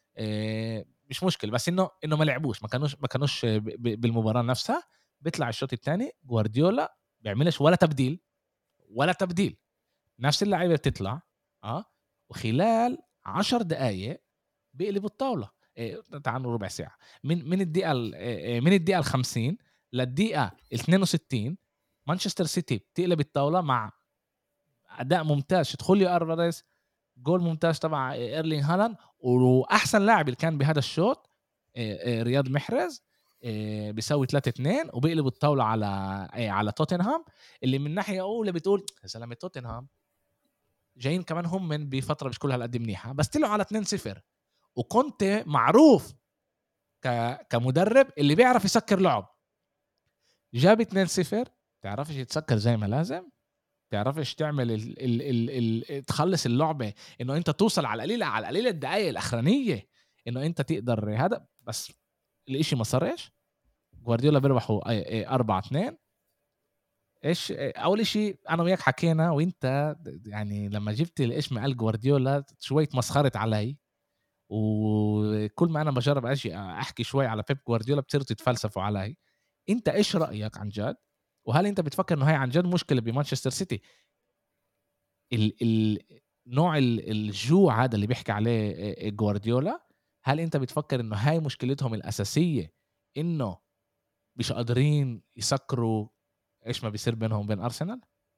آآ مش مشكلة، بس إنه إنه ما لعبوش، ما كانوش ما كانوش ب ب بالمباراة نفسها. بيطلع الشوط التاني جوارديولا بيعملش ولا تبديل، ولا تبديل، نفس اللعيبة بتطلع آه، وخلال عشر دقايق بيقلب الطاولة. آآ تعال نقول ربع ساعة، من من الدقيقة ال آآ من الدقيقة الخمسين للدقيقة الاتنين وستين مانشستر سيتي بتقلب الطاولة مع أداء ممتاز، شت خوليو ألفاريز جول ممتاز تبع إيرلينغ هالاند، وأحسن لاعب اللي كان بهذا الشوط آآ، آآ، رياض محرز آآ، بيساوي ثلاثة اثنين وبيقلب الطاولة على آآ، على توتنهام، اللي من ناحية أولى بتقول يا زلمة توتنهام جايين كمان هم من بفترة مش كل هالقد منيحة، بس طلعوا على اتنين صفر وكونتي معروف ك كمدرب اللي بيعرف يسكر لعب، جاب اتنين صفر تعرفش يتسكر زي ما لازم، تعرفش تعمل ال ال ال ال تخلّص اللعبة، إنه أنت توصل على القليلة على القليلة الدقايق الأخرانية، إنه أنت تقدر هذا، بس الإشي ما صارش. جوارديولا بيربحوا آآ أربعة اثنين. إيش أول إشي أنا وياك حكينا وأنت د يعني لمّا جبت الاسم قال جوارديولا شوية مسخرت علي، وكل ما أنا باجرّب أجي أحكي شوي على بيب جوارديولا بتصيروا تتفلسفوا علي. أنت إيش رأيك عن جد؟ وهل أنت بتفكر إنه هي عن جد مشكلة بمانشستر سيتي؟ ال ال نوع ال الجوع هذا اللي بيحكي عليه آآ جوارديولا، هل أنت بتفكر إنه هاي مشكلتهم الأساسية، إنه مش قادرين يسكروا إيش ما بيصير بينهم وبين أرسنال؟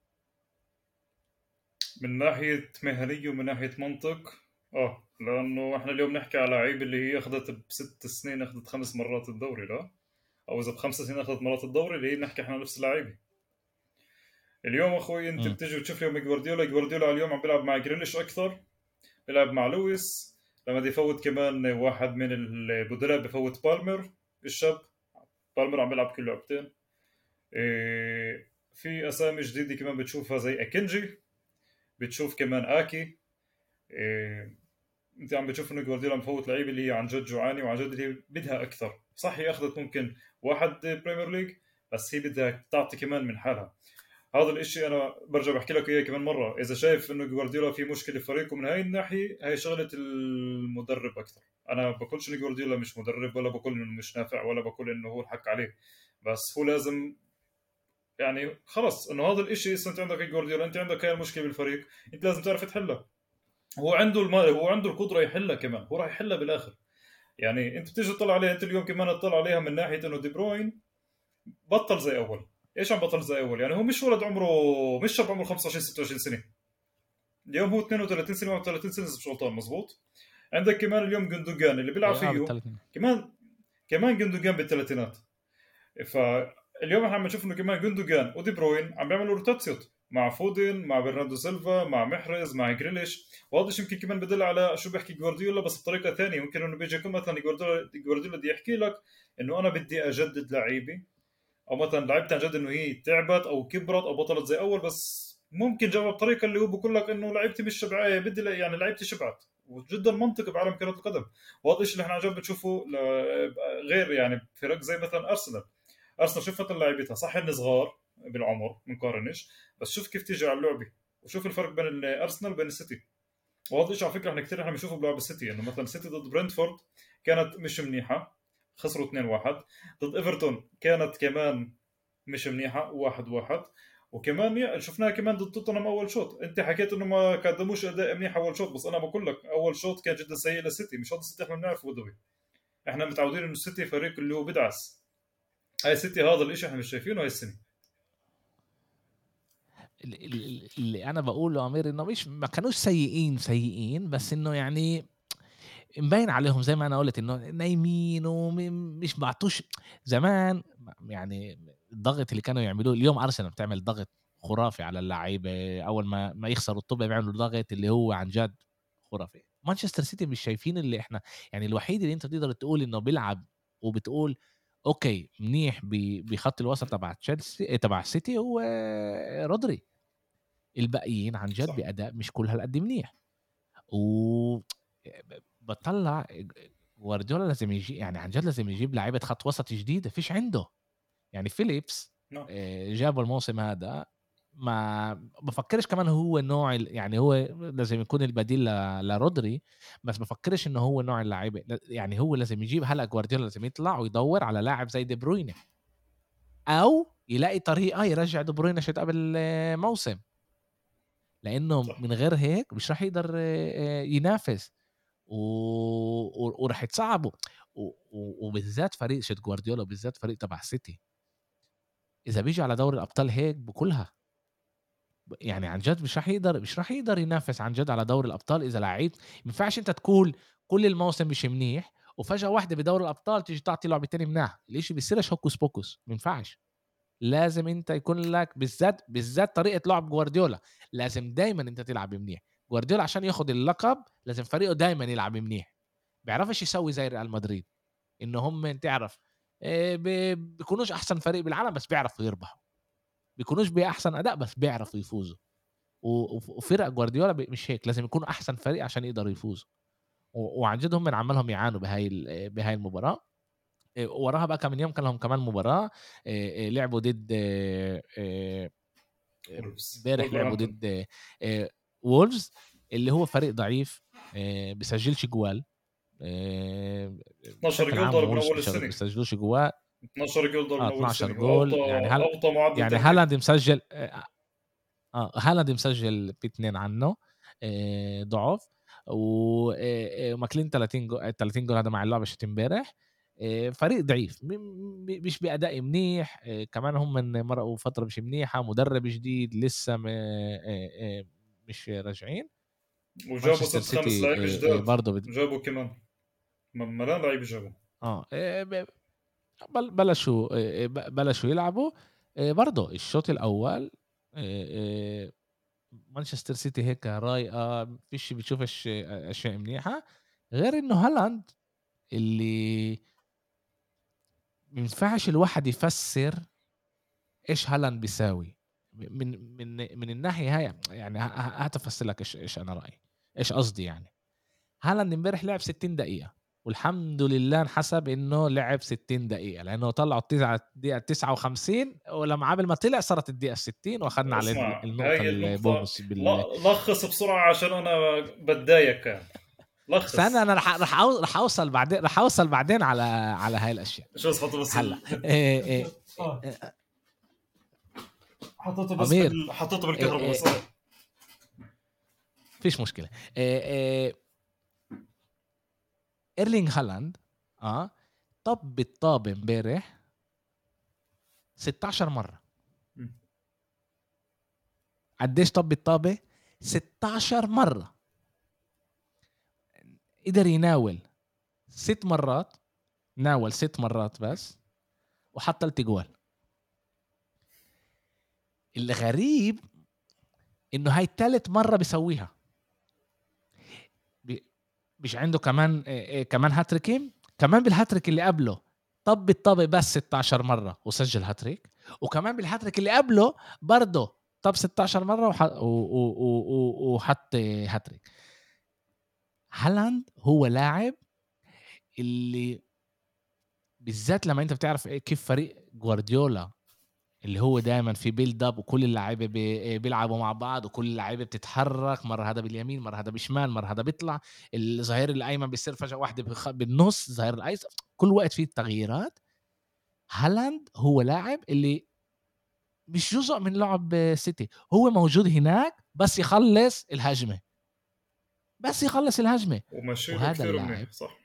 من ناحية مهنية ومن ناحية منطق، اه لانه احنا اليوم نحكي على لعيبه اللي هي اخذت بست سنين اخذت خمس مرات الدوري، لا، او اذا بخمس سنين اخذت مرات الدوري اللي هي نحكي احنا نفس اللعيبه. اليوم اخوي انت
إمم.
بتيجي وتشوف اليوم جوارديولا جوارديولا اليوم عم بيلعب مع جريليش اكثر، بيلعب مع لويس، لما بده يفوت كمان واحد من البدلاء بفوت بالمر الشاب. بالمر عم بيلعب كل لعبتين. إيه، في اسامي جديده كمان بتشوفها زي اكنجي، بتشوف كمان اكي. إيه، انت عم بتشوف انه جوارديولا مفوت لعيبه اللي هي عن جد جوعانه وعن جد اللي هي بدها اكثر. صح هي اخذت ممكن واحد بريمير ليج، بس هي بدها تعطي كمان من حالها. هذا الاشي انا برجع بحكي لك اياه كمان مره، اذا شايف انه جوارديولا في مشكله في فريقه من هاي الناحيه، هاي شغله المدرب اكثر. انا بقولش انه جوارديولا مش مدرب، ولا بقول انه مش نافع، ولا بقول انه هو الحق عليه، بس هو لازم يعني خلص انه هذا الاشي. اذا انت عندك جوارديولا، انت عندك هاي المشكله بالفريق، انت لازم تعرف تحلها. هو عنده الم... هو عنده القدره يحلها كمان، هو راح يحلها بالاخر. يعني انت بتيجي تطلع عليها، انت اليوم كمان تطلع عليها من ناحيه انه دي بروين بطل زي اول. ايش عم بطل زي اول؟ يعني هو مش ولد عمره، مش شاب عمره خمسة وعشرين ستة وعشرين سنه. اليوم هو اثنين وثلاثين سنه واحد وثلاثين سنه اذا مش غلطان، مزبوط. عندك كمان اليوم جندوجان اللي بيلعب
آآ آه
فيه
بالتلاتين.
كمان، كمان جندوجان بالثلاثينات. فاليوم احنا عم نشوف انه كمان جندوجان ودي بروين عم بيعملوا روتاتسيوت مع فودن، مع برناردو سيلفا، مع محرز، مع جريليش. وهذا الشيء يمكن كمان بدل على شو بيحكي جوارديولا، بس بطريقه ثانيه. ممكن انه بيجي يكون مثلا جوارديولا جوارديولا بده يحكي لك انه انا بدي اجدد لعيبي، او مثلا لعبت عن جد انه هي تعبت او كبرت او بطلت زي اول، بس ممكن جابها بطريقه اللي هو بقول لك انه لعيبتي مش شبعانه، بدي لا- يعني لعيبتي شبعت. وجدا منطقي بعالم كره القدم. وهذا الشيء اللي احنا عن جد بنشوفه ل- غير يعني فرق زي مثلا ارسنال. ارسنال شوف مثلا لعيبتها، صح ان صغار بالعمر مقارنش، بس شوف كيف تيجي على اللعبه، وشوف الفرق بين الارسنال وبين السيتي. وهذا الشيء على فكره احنا كثير احنا بنشوفه بلعب السيتي، انه مثلا السيتي ضد برنتفورد كانت مش منيحه، خسروا اثنين واحد. ضد ايفرتون كانت كمان مش منيحه، واحد واحد. وكمان يا- شفناها كمان ضد توتنهام اول شوط. انت حكيت انه ما قدموش اداء منيح اول شوط، بس انا بقول لك اول شوط كان جدا سيء للسيتي. مش هذا السيتي احنا بنعرفه بدوي، احنا متعودين انه السيتي فريق اللي هو بدعس. هاي السيتي هذا الاشي احنا مش شايفينه هاي السنه.
ال ال ال اللي أنا باقوله يا أمير إنه مش ما كانوش سيئين، سيئين، بس إنه يعني مبين عليهم زي ما أنا قُلت إنه نايمين وم مش بيعطوش زمان. م يعني الضغط اللي كانوا يعملوه اليوم أرسنال بتعمل ضغط خرافي على اللعيبة، أول ما ما يخسروا الطُّبة بيعملوا ضغط اللي هو عن جد خرافي. مانشستر سيتي مش شايفين اللي إحنا يعني الوحيد اللي أنت تقدر تقول إنه بيلعب وبتقول أوكي منيح ب بخط الوسط تبع تشيلسي تبع السيتي هو رودري، الباقيين عن جد
صح.
بأداء مش كل هالقد منيح. و ب باطلّع ج جوارديولا لازم يجي يعني عن جد لازم يجيب لعيبة خط وسط جديدة، فيش عنده. يعني فيليبس
نعم.
آآ جابه الموسم هذا، ما بافكّرش كمان هو نوع ال يعني هو لازم يكون البديل ل لرودري، بس بافكّرش إنه هو نوع اللعيبة ل يعني هو لازم يجيب هلأ جوارديولا لازم يطلع ويدوّر على لاعب زي دي بروينة، أو يلاقي طريقة يرجّع دي بروينة شت قبل آه، موسم، لإنه
صح.
من غير هيك مش راح يقدر آآ ينافس. و و وراح يتصعبوا. و و وبالذات فريق شت جوارديولا وبالذات فريق تبع السيتي، إذا بييجوا على دوري الأبطال هيك بكلها. يعني عن جد مش راح يقدر مش راح يقدر ينافس عن جد على دوري الأبطال إذا لعيب. ما ينفعش أنت تقول كل الموسم مش منيح وفجأة واحدة بدوري الأبطال تيجي تعطي لعبتين مناح، الإشي بيصيرش هوكس بوكس، ما ينفعش. لازم أنت يكون لك بالذات بالذات طريقة لعب جوارديولا، لازم دايمًا أنت تلعب منيح. جوارديولا عشان ياخد اللقب لازم فريقه دايمًا يلعب منيح، بيعرفش يسوي زي ريال مدريد، إنه هم تعرف آآ ب بيكونوش أحسن فريق بالعالم بس بيعرفوا يربحوا، بيكونوش بأحسن أداء بس بيعرفوا يفوزوا. و وف وفرق جوارديولا ب مش هيك، لازم يكونوا أحسن فريق عشان يقدروا يفوزوا. و وعن جد هم عمالهم يعانوا بهاي ال بهاي المباراة. آآ وراها بقى كام من يوم كان لهم كمان مباراة، آآ لعبوا ضد آآ
وولفز
امبارح لعبوا
وولفرهامبتون
ضد آآ وولفز اللي هو فريق ضعيف، آآ بيسجّلش جوال. آآ
اثناشر
بشكل
جول
عام
ضرب من
وولفز
اول
بيشغ
السنه،
بيسجّلوش جوال.
اثناشر جول ضرب
آه
من اول
اتناشر
السنه،
جول
واوطى
يعني هل
اوطى معدل
يعني
تهديف.
هالاند مسجّل آآ آه، هالاند مسجّل باتنين عنّه، آآ ضعف. و آآ وماكلين تلاتين جو تلاتين جول هذا مع اللعبة شت امبارح. آآ فريق ضعيف م م مش بأداء منيح. آآ كمان هم من مرقوا فترة مش منيحة، مدرب جديد لسه م آآ آآ مش راجعين.
وجابوا
مانشستر
ست خمس
سيتي
لعيبه
آآ آآ
جداد،
برضه بت
جابوا كمان م- ملان لعيبه جابوا.
آه آآ ب بل بلشوا آآ ب بلشوا يلعبوا. آآ برضه الشوط الأول آآ مانشستر سيتي هيك رايقة، ما فيش بتشوفش أشياء منيحة، غير إنه هالاند اللي ما ينفعش الواحد يفسّر إيش هالاند بيساوي. من من من الناحية هاي يعني ه ه هات أفسّر لك إيش إيش أنا رأيي، إيش قصدي يعني. هالاند امبارح لعب ستين دقيقة، والحمد لله انحسب إنه لعب ستين دقيقة، لإنه طلعوا التسعة الدقيقة تسعة وخمسين ولمّا قبل ما طلع صارت الدقيقة الستين وأخدنا عليه ال
اسمع
النقطة
هاي النقطه،
البونص بال
ل- لخص بسرعه عشان انا بتضايق كان.
استنى
لخص.
أنا رح رح أو رح أوصل بعدين رح أوصل بعدين على على هاي الأشياء.
شو بس حطه بس
هلأ
ال... بال...
آآ آآ
اه
آآ
حطيته بس
أمير
بال... حطيته
آآ
بالكهرباء
آآ
بس آه.
فيش مشكلة. آآ آآ إيرلينغ هالاند آه، طَب الطابة امبارح ستاشر مرّة.
م.
قديش طَب الطابة؟ ستاشر مرّة. قدر يناول ست مرّات، ناول ست مرّات بس وحط تلات جوال. الغريب إنه هاي تالت مرّة بيسويها. ب مش عنده كمان آآ آآ كمان هاتريكين، كمان بالهاتريك اللي قبله طَب الطابة بس ستاشر مرّة وسجّل هاتريك، وكمان بالهاتريك اللي قبله برضه طَب ستاشر مرّة وح و و و و وحط هاتريك. هالاند هو لاعب اللي بالذات لمّا أنت بتعرف إيه كيف فريق جوارديولا اللي هو دايمًا في build up وكل اللعيبة بي بيلعبوا مع بعض وكل اللعيبة بتتحرك، مرّة هذا باليمين، مرّة هذا بشمال، مرّة هذا بيطلع، الظهير الأيمن بيصير فجأة واحدة بخ بالنُص، الظهير الأيسر، كل وقت في تغييرات. هالاند هو لاعب اللي مش جزء من لعب سيتي، هو موجود هناك بس يخلّص الهجمة، بس يخلّص الهجمة.
ومشيله
وهذا
كثير
اللاعب
منيح صح.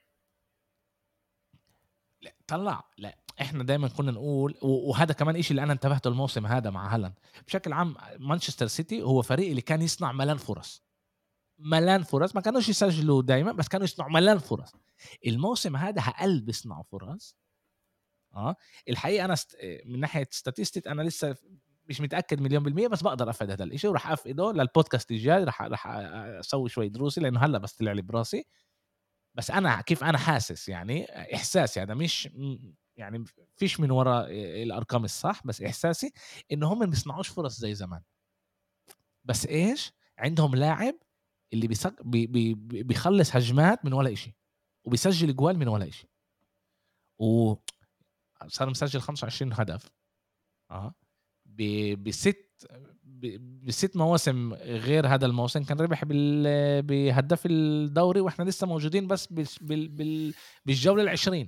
لأ طلّع لأ إحنا دايمًا كنا نقول و وهذا كمان إشي اللي أنا انتبهته الموسم هذا مع هالاند. بشكل عام مانشستر سيتي هو فريق اللي كان يصنع ملان فرص، ملان فرص، ما كانوش يسجلوا دايمًا بس كانوا يصنعوا ملان فرص. الموسم هذا أقل بيصنعوا فرص. آه، الحقيقة أنا است من ناحية statistic أنا لسه مش متأكد مليون بالمِيّة بس باقدر أفهم هذا الإشي وراح أفقده للبودكاست الجاي راح راح أسوي شوي دروسي لإنه هلّأ بس طلع لي براسي. بس أنا كيف أنا حاسس يعني إحساسي هذا مش م يعني ما فيش من ورا آآ الأرقام الصح، بس إحساسي إنه هم ما بيصنعوش فرص زي زمان. بس إيش، عندهم لاعب اللي بيسك بي بي بي بيخلّص هجمات من ولا إشي، وبيسجّل أجوال من ولا إشي، وصار مسجّل خمسة وعشرين هدف. آه، ب بست ب بست مواسم غير هذا الموسم كان ربح بال بهداف الدوري وإحنا لسه موجودين بس بالش بال بال بالجولة العشرين.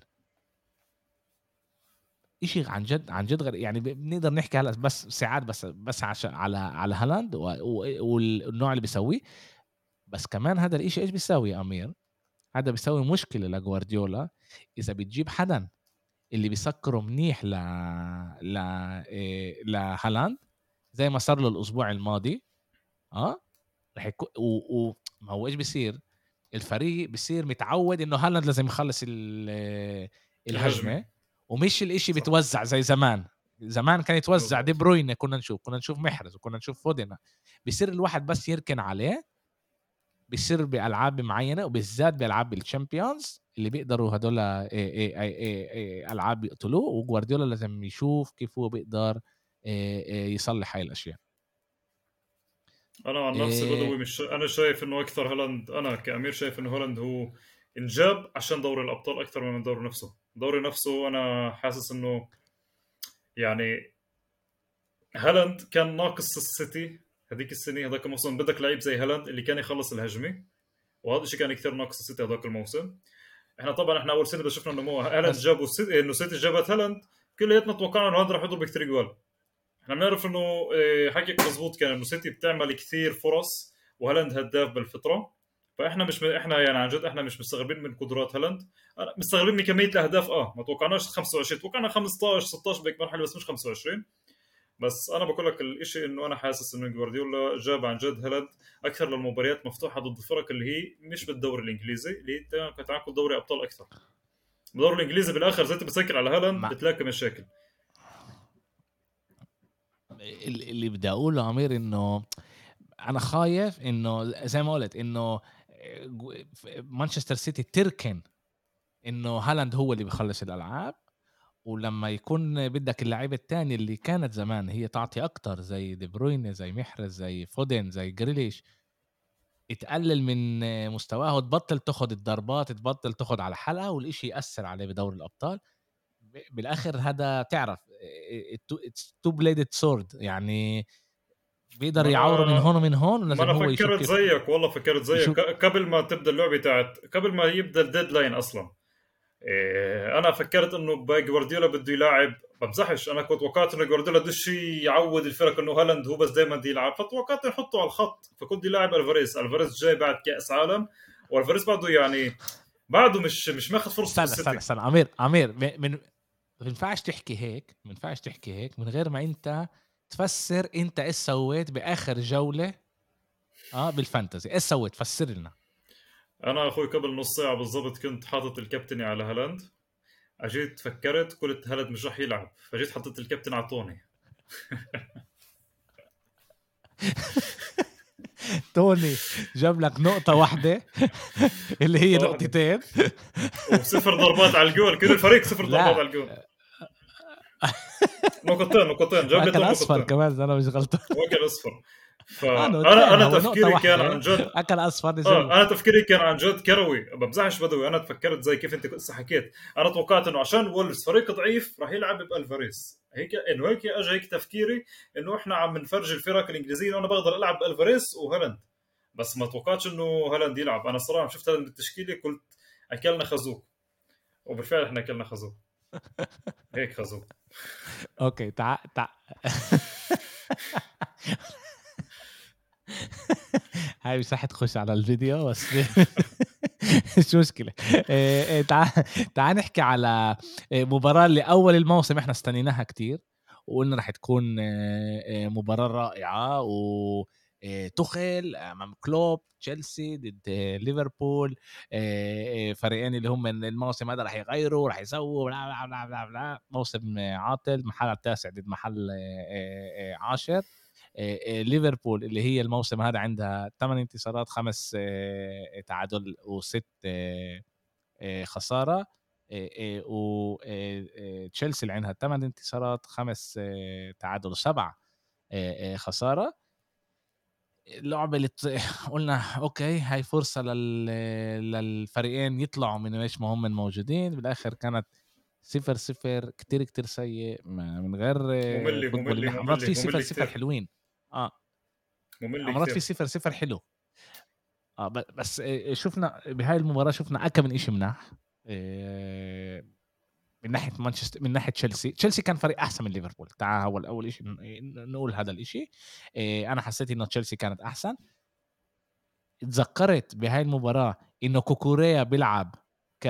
إشي عن جد عن جد غير يعني ب بنقدر نحكي هلأ بس ساعات بس بس عش على على هالاند و و والنوع اللي بيسويه. بس كمان هذا الإشي إيش بيساوي يا أمير؟ هذا بيساوي مشكلة لجوارديولا إذا بتجيب حدًا اللي بيسكّره منيح ل ل آآ لهالاند زي ما صار له الأسبوع الماضي. آه، رح يكو و و ما هو إيش بيصير، الفريق بيصير متعوّد إنه هالاند لازم يخلّص ال
الهجمة.
الهجمة، ومش الإشي
صح.
بيتوزّع زي زمان. زمان كان يتوزّع دي
مضبوط.
بروين، كنا نشوف كنا نشوف محرز وكنا نشوف فودن، بيصير الواحد بس يركن عليه. بيصير بألعاب معيّنة وبالذات بألعاب الChampions اللي بيقدروا هادول آآ آآ آآ آآ ألعاب يقتلوه، وجوارديولا لازم يشوف كيف هو بيقدر آآ آآ يصلّح هاي الأشياء.
انا عن نفسي
آآ
بدوي مش انا شايف انه اكثر هالاند، انا كامير شايف انه هالاند هو انجاب عشان دوري الابطال اكثر من دوري نفسه. دوري نفسه انا حاسس انه يعني هالاند كان ناقص السيتي هذيك السنه، هذاك الموسم بدك لعيب زي هالاند اللي كان يخلص الهجمه، وهذا الشيء كان كثير ناقص السيتي هذاك الموسم. احنا طبعا احنا اول سنه بس شفنا انه مو هالاند
بس
جابوا السيتي، انه السيتي جابت هالاند، كلياتنا توقعنا انه هذا راح يضرب كثير جوال. احنا بنعرف انه اه، حكيك مزبوط، كان انه سيتي بتعمل كثير فرص وهالاند هداف بالفطره. فاحنا مش احنا يعني عن جد احنا مش مستغربين من قدرات هالاند. أنا- مستغربين من كميه الاهداف، اه ما توقعناش خمسة وعشرين، توقعنا خمستاشر ستاشر بهيك مرحله بس مش خمسة وعشرين. بس انا بقول لك الشيء انه انا حاسس انه جوارديولا جاب عن جد هالاند اكثر للمباريات مفتوحه ضد الفرق اللي هي مش بالدوري الانجليزي، اللي هي كانت تعاكل دوري ابطال اكثر. الدوري الانجليزي بالاخر زي انت بتسكر على هالاند
مع
بتلاقي مشاكل.
ال اللي بدي أقوله عمير إنه أنا خايف إنه زي ما قُلت إنه آآ جو ف مانشستر سيتي تركن إنه هالاند هو اللي بيخلّص الألعاب، ولمّا يكون بدك اللعيبة التانية اللي كانت زمان هي تعطي أكتر زي دي بروين، زي محرز، زي فودن، زي جريليش، تقلل من مستواه وتبطل تاخد الضربات، تبطل تاخد على حلقة، والإشي يأثّر عليه بدوري الأبطال. ب بالآخر هذا تعرف آآ التو it's two bladed sword، يعني بيقدر
ما
يعوره من
انا
هون ومن هون،
ما
ولازم
انا
هو يشوف
فكرت
كيف
زيك، والله فكرت زيك
يشوف.
ق- قبل ما تبدا اللعبه تاعت قبل ما يبدا الديدلاين اصلا. إيه انا فكرت انه باي جوارديولا بده يلاعب، بمزحش، انا كنت توقعت انه جوارديولا دش يعود الفرق انه هالاند هو بس دائما بده يلعب، فتوقعت يحطه على الخط، فكنت يلاعب الفاريز. الفاريز جاي بعد كاس عالم، والفاريز بعده يعني بعده مش مش ماخذ فرصته
استنى استنى
بالسيتي.
استنى عمير عمير م- من ما ينفعش تحكي هيك، ما ينفعش تحكي هيك من غير ما انت تفسر انت ايش سويت باخر جولة اه بالفانتزي. ايش سويت؟ فسر لنا.
انا اخوي قبل نص ساعه بالضبط كنت حاطط الكابتن على هالاند، اجيت فكرت قلت هالاند مش راح يلعب، فجيت حطيت الكابتن على توني.
توني جاب لك نقطة واحدة اللي هي
نقطه واحده
نقطتين.
وصفر ضربات على الجول، كل الفريق صفر ضربات
لا،
على الجول. نقطتين نقطتين جاب لي
واكل
طول
اصفر
نقطتين.
كمان اذا انا مش غلطان.
واكل اصفر.
اه
فانا
نقطتين،
انا
هو نقطة
تفكيري كان عن
واحدة
جد،
اكل اصفر نزل
اه
لك.
انا تفكيري كان عن جد كروي، بمزحش بدوي. انا تفكرت زي كيف انت لسه حكيت، انا توقعت انه عشان وولفز فريق ضعيف راح يلعب بالفاريز، هيك انه هيك اجى هيك تفكيري، انه احنا عم نفرج الفرق الانجليزيه وانا بقدر العب بالفاريز وهالاند. بس ما توقعتش انه هالاند يلعب. انا الصراحه شفت هالاند بالتشكيله قلت اكلنا خازوق، وبالفعل احنا اكلنا خازوق، هيك خازوق.
اوكي تعال تعال. هاي مش رح تخش على الفيديو بس مش مشكلة. إيه إيه تعال تعال نحكي على آه، مباراة اللي أول الموسم إحنا استنيناها كتير وقلنا رح تكون آه، آه، مباراة رائعة، و آه، تخل أمام كلوب تشيلسي ضد آه، ليفربول. آه، آه، فريقين اللي هم الموسم هذا رح يغيروا رح يسووا بلا بلا بلا بلا بلا. موسم آه، عاطل، محل التاسع ضد محل آه، آه، آه، عاشر. آآ آآ ليفربول اللي هي الموسم هذا عندها ثمانية انتصارات، خمسة آآ تعادل و6 آآ خسارة. آآ آآ و آآ آآ تشيلسي اللي عندها ثمانية انتصارات، خمسة تعادل و7 آآ آآ خسارة. اللعبة اللي ت قُلنا أوكي هاي فرصة لل للفريقين يطلعوا من إيش ما هم موجودين، بالآخر كانت صفر صفر كتير، كتير سيء ما من غير
ممله
فوتبول
ممله
منيح. مرات
ممله
في
ممله
صفر صفر
كثير،
حلوين. آه.
ممله
مرات في
كثير.
صفر صفر حلو. آه ب بس آآ شُفنا بهاي المباراة شُفنا أكا من إشي مناح آآ من ناحية مانشست من ناحية تشيلسي. تشيلسي كان فريق أحسن من ليفربول، تعال أول أول إشي ن نقول هذا الإشي. آآ أنا حسيت إنه تشيلسي كانت أحسن. اتذكرت بهاي المباراة إنه كوكوريا بيلعب ك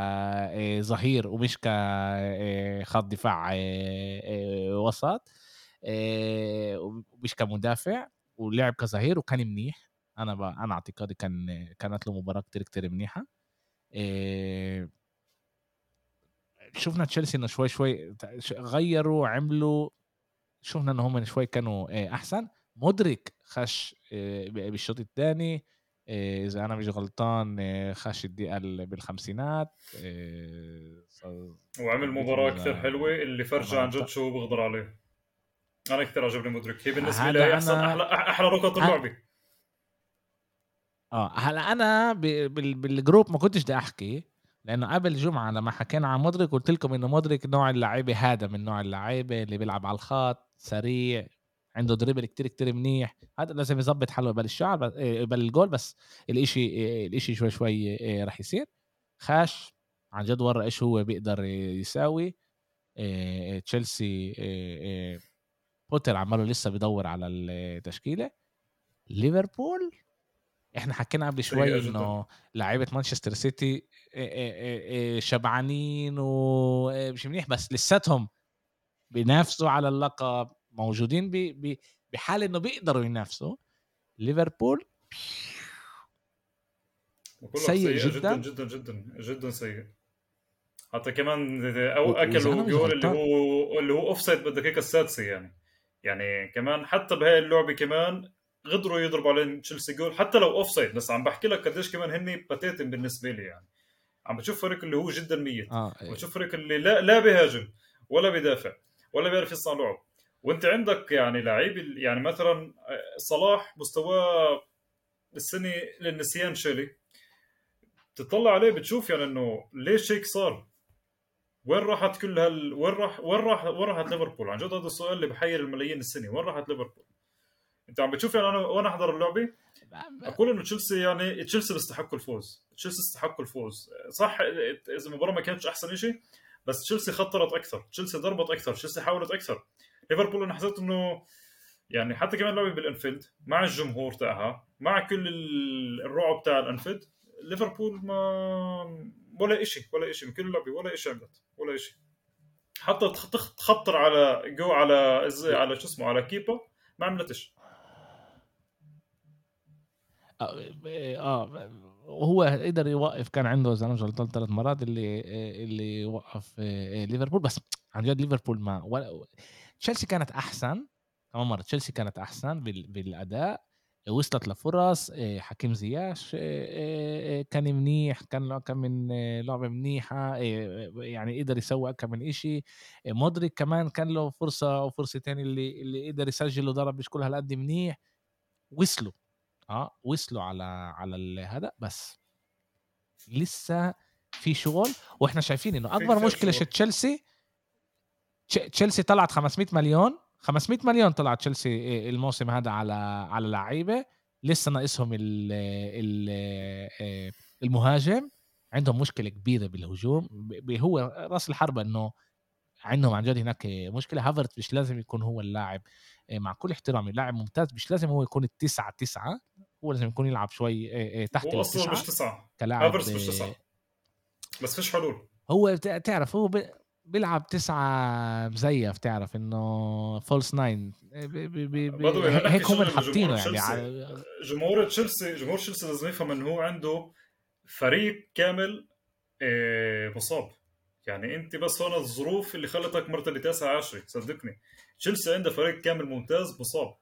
آآ ظهير ومش ك آآ خط دفاع آآ وسط. آآ ومش كمدافع، ولعب كظهير وكان منيح. أنا ب أنا اعتقادي كان كانت له مباراة كتير، كتير منيحة. آآ شُفنا تشيلسي إنه شوي، شوي ت ش غيّروا، عملوا، شُفنا إن هم شوي كانوا آآ أحسن. مودريك خَش آآ ب بالشوط التاني، آآ إذا أنا مش غلطان آه، خَش الدقيقة ال بالخمسينات، آآ ص
وعمل
ثبّت لي
مباراة كثير
إذا
حلوة اللي
أنا
فرجى عن جد
غلطان.
شو بيقدر عليه. انا كثير عجبني مدرك، هي بالنسبه لي هي
هلأ
احسن
أنا
احلى أح- احلى ركض
أ
اللعبه.
آه، هلأ أنا ب بال بالجروب ما كنتش بدي أحكي، لإنه قبل جمعة لمّا حكينا عن مودريك قُلت لكم إنه مودريك نوع اللعيبة هذا، من نوع اللعيبة اللي بيلعب على الخط، سريع، عنده dribble كتير، كتير منيح، هذا لازم يضبّط حاله قبل الشعر ب آآ قبل الجول، بس الإشي آآ الإشي شوي، شوي آآ راح يصير. خَش عن جد ورّى إيش هو بيقدر يساوي. آآ تشيلسي آآ آآ بوتر عمّاله لسه بيدوّر على التشكيلة. ليفربول إحنا حكينا قبل
سيئه
شوي
جدا.
إنه لعيبة مانشستر سيتي آآ آآ آآ شبعانين ومش منيح، بس لساتهم بينافسوا على اللقب، موجودين ب ب بحال إنه بيقدروا ينافسوا. ليفربول
بقول لك
سيء
سيئه جدا
جدًا.
جدا جدا جدا سيء. حتى كمان
و
او
وإذا أنا
اكلوا
مش
جول اللي
غلطان
هو اللي هو اوف سايد بالدقيقه السادسه يعني. يعني كمان حتى بهاي اللعبه كمان قدروا يضربوا على تشيلسي جول حتى لو اوف سايد، بس عم بحكي لك قديش كمان هني باتيتم بالنسبه لي يعني. عم بتشوف فريق اللي هو جدا ميت،
آه
عم
آآ
بتشوف فريق اللي لا لا بيهاجم ولا بيدافع ولا بيعرف يصنع لعب. وانت عندك يعني لعيب ال- يعني مثلا صلاح مستواه السنه للنسيان شيلي. تطلع عليه بتشوف يعني انه ليش هيك صار؟ وين راحت كل هال وين راح وين راح وين راحت ليفربول؟ عن جد هذا السؤال اللي بحير الملايين السنه، وين راحت ليفربول؟ انت عم بتشوف يعني انا وانا احضر اللعبه
ب ب
اقول انه تشيلسي يعني تشيلسي بيستحقوا الفوز، تشيلسي استحقوا الفوز صح. اذا المباراه ما كانتش احسن شيء، بس تشيلسي خطرت اكثر، تشيلسي ضربت اكثر، تشيلسي حاولت اكثر. ليفربول انا حسيت انه يعني حتى كمان لعبه بالانفيلد مع الجمهور تاعها مع كل ال- الرعب تاع الانفيلد، ليفربول ما ولا شيء ولا شيء من كل اللعبه ولا شيء عملت ولا شيء. حتى تخ- تخ- تخطر على جو على إز- على شو اسمه على كيبا ما عملتش.
آه ب آه وهو قدر يوقّف، كان عنده إذا أنا مش غلطان ثلاث مرات اللي آآ اللي وقّف آآ ليفربول، بس عن جد ليفربول ما ولا تشيلسي كانت أحسن. كمان مرّة تشيلسي كانت أحسن بال بالأداء، وصلت لفُرَص. آآ حكيم زياش آآ كان منيح، كان له كم من آه، لعبة منيحة، آآ يعني قدر يسوي أكم من إشي. آآ مودريك كمان كان له فرصة أو فرصتين اللي اللي قدر يسجل وضرب مش كل هالقد منيح. وصلوا، آه، وصلوا على على ال هذا، بس لسه في شغل. وإحنا شايفين إنه
في
أكبر
كثير
مشكلة ش
شغل.
تشيلسي تش تشيلسي طلعت خمسمية مليون، خمسمية مليون طلعت تشيلسي آآ الموسم هذا على على لعيبة، لسه ناقصهم ال ال آآ المهاجم. عندهم مشكلة كبيرة بالهجوم، ب ب هو رأس الحربة إنه عندهم عن جد هناك مشكلة. هافرتز مش لازم يكون هو اللاعب، آآ مع كل احترامي لاعب ممتاز، مش لازم هو يكون التسعة تسعة، هو لازم يكون يلعب شوي آآ آآ تحت
هو اصلا مش
التسعة
تسعه،
كلاعب.
هافرز مش تسعه، بس فيش حلول.
هو ت تعرف هو ب بيلعب تسعة مزيف، تعرف إنه false nine، ب ب ب ب
بدوي
ه
هنحكي
هيك هم
شغله لجمهور
حاطينه يعني
تشيلسي.
على
جمهور تشيلسي جمهور تشيلسي لازم يفهم انه هو عنده فريق كامل آه، مصاب. يعني انت بس هون الظروف اللي خلتك مرتبه تاسعة عشرة صدقني. تشيلسي عنده فريق كامل ممتاز مصاب.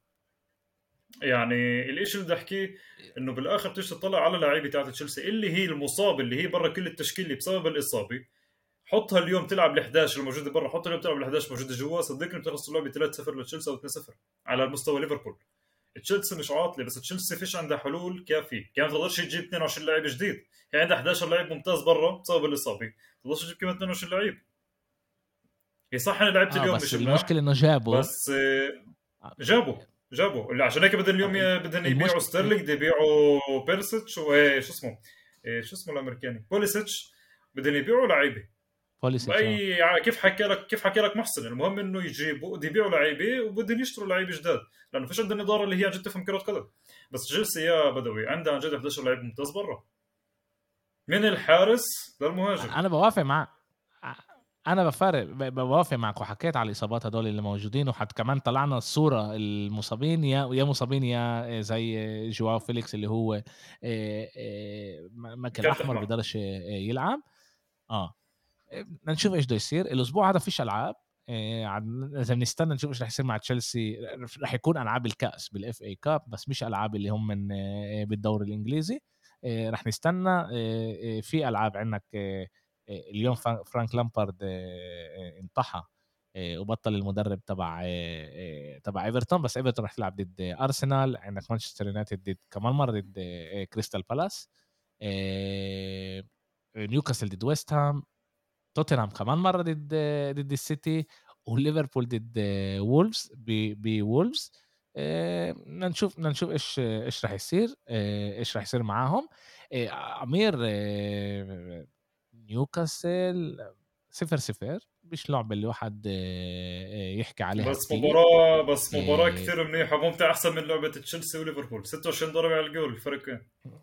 يعني الاشي اللي بدي احكيه انه بالاخر تيجي تطلع على لعيبه تاعت تشيلسي اللي هي المصابه اللي هي برا كل التشكيله بسبب الاصابه. حطها اليوم تلعب ال احدعش الموجوده برا، حطها اليوم تلعب ال احدعش موجوده جوا، صدقني بتخلص اللعبه ثلاثة صفر لتشيلسي او اثنين صفر على مستوى ليفربول. تشيلسي مش عاطله، بس تشيلسي فيش عندها حلول كافيه، كانت تقدرش تجيب اثنين وعشرين لاعب جديد. هي عندها احد عشر لاعب ممتاز برا بسبب الاصابه، تقدرش تجيب كمان اثنين وعشرين لاعب. هي صح ان لعبه
آه،
اليوم
بس
مش مناح،
المشكلة إنه جابوا
بس آه،
آه،
جابوا جابوا اللي عشان هيك بدهم
آه،
اليوم
ال
ي- بدهم يبيعوا
المشك ال
ستيرلينج، بدهم يبيعوا بيرسيتش وايه شو اسمه إيه شو اسمه الامريكاني بوليسيتش، بدهم يبيعوا لعيبه.
Pulisic آه.
باي ع- كيف حكى لك كيف حكى لك محسن، المهم انه يجيبوا بده يبيعوا لعيبه وبدهم يشتروا لعيبه جداد، لانه فيش عندنا اداره اللي هي عن جد تفهم كره قدم. بس جلسي يا بدوي عندها عن جد احد عشر لعيب ممتاز برا، من الحارس للمهاجم.
أنا باوافق مع أ أنا بافارق ب باوافق معك، وحكيت على الإصابات هدول اللي موجودين، وحتى كمان طلعنا الصورة المصابين يا يا مصابين يا زي جواو فيليكس اللي هو آآ آآ م ماكل
كارت
أحمر
أحمر.
بيقدرش يلعب. آه. آآ بدنا نشوف إيش بده يصير، الأسبوع هذا فيش ألعاب. آآ عن لازم نستنى نشوف إيش راح يصير مع تشيلسي. راح يكون ألعاب الكأس بالFA Cup بس مش ألعاب اللي هم من آآ بالدوري الإنجليزي. آآ راح نستنى. آآ آآ في ألعاب عندك آآ اليوم فر فرانك لامبارد آآ انطحى آآ وبطّل المدرب تبع آآ تبع إيفرتون، بس إيفرتون راح تلعب ضد أرسنال، عندك مانشستر يونايتد ضد كمان مرّة ضد آآ كريستال بالاس، آآ نيوكاسل ضد ويست هام، توتنهام كمان مرة ضد ضد السيتي، وليفربول ضد وولفز ب بوولفز. آآ بدنا نشوف بدنا نشوف إيش إيش راح يصير، آآ إيش راح يصير معاهم. آآ عمير آآ نيوكاسل صفر صفر مش لعبة اللي الواحد آآ يحكي عليها
بس
كتير.
مباراة بس مباراة
آآ
كثير منيحة ممتعة، أحسن من لعبة تشيلسي وليفربول. ستة وعشرين ضربة على الجول الفريقين.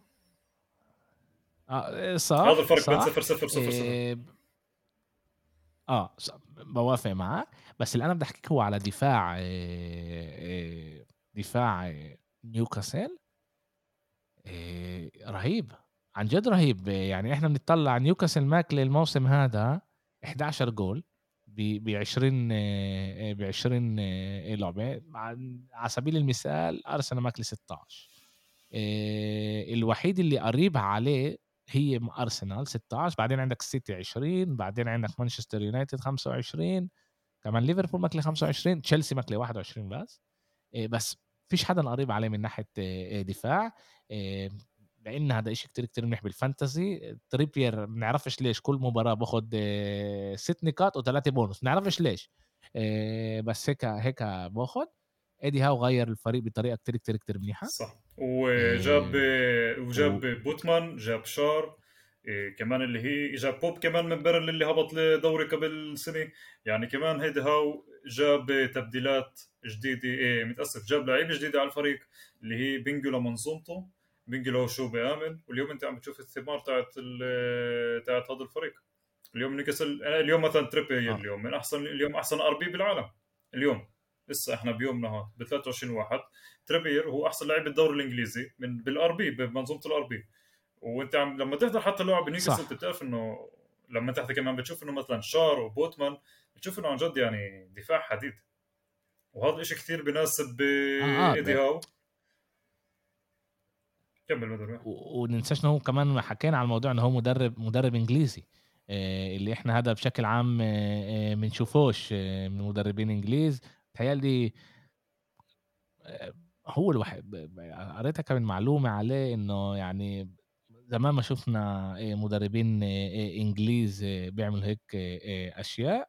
آه
هذا
صح،
الفرق بين
صح.
صفر صفر صفر صفر.
آآ آه، ص باوافق معاك، بس اللي أنا بدي أحكيك هو على دفاع آآ دفاع آه، نيوكاسل آآ رهيب، عن جد رهيب. آه، يعني إحنا بنطلّع نيوكاسل ماكلة الموسم هذا حداشر جول ب بعشرين آآ بعشرين لعبة. عن على سبيل المثال أرسنال ماكلة ستاشر. آآ الوحيد اللي قريب عليه هي م أرسنال ستاشر، بعدين عندك السيتي عشرين، بعدين عندك مانشستر يونايتد خمسة وعشرين، كمان ليفربول ماكلة خمسة وعشرين، تشيلسي ماكلة واحد وعشرين بس. آآ بس فيش حدًا قريب عليه من ناحية آآ دفاع. آآ لإن هذا إشي كتير، كتير منيح بالفانتزي. تريبير ما بنعرفش ليش كل مباراة بياخد ست نقاط و3 بونص، ما بنعرفش ليش. آآ بس هيك هيك باخد. إيدي هاو غيّر الفريق بطريقة كتير، كتير، كتير منيحة.
صح. وجاب
آآ و
وجاب بوتمان، جاب شار. إيه كمان اللي هي جاب بوب كمان من بيرن اللي هبط لدوري قبل سنة. يعني كمان هيدا هاو جاب تبديلات جديدة، إيه متأسف، جاب لعيبة جديدة على الفريق اللي هي بينجو لمنظومته. بينجو لو شو بيعمل، واليوم انت عم بتشوف الثمار تاعت ال- تاعت هذا الفريق. اليوم نيوكاسل اليوم مثلا تريبي
آه،
اليوم من احسن، اليوم احسن ار بي بالعالم اليوم. لسه احنا بيومنا هون ب ثلاثة وعشرين واحد. تريبير هو احسن لاعب بالدوري الانجليزي من بالار بي بمنظومه الار بي. وانت عم لما تحضر حتى لعب نيوكاسل انت
صح.
بتعرف انه لما تحت كمان بتشوف انه مثلا شار وبوتمان، بتشوف انه عن جد يعني دفاع حديد. وهذا الشيء كثير بيناسب
آه، آه،
ايدي
ب
هاو. كمل بدر.
و وننساش إن هو كمان حكينا على الموضوع إن هو مدرب مدرب إنجليزي. آآ اللي إحنا هذا بشكل عام آآ ما بنشوفوش من مدربين إنجليز. بيتهيأ لي آآ هو الوحيد ب ب قريتها كمان معلومة عليه إنه يعني زمان ما شُفنا آآ مدربين آآ إنجليز بيعملوا هيك آآ أشياء.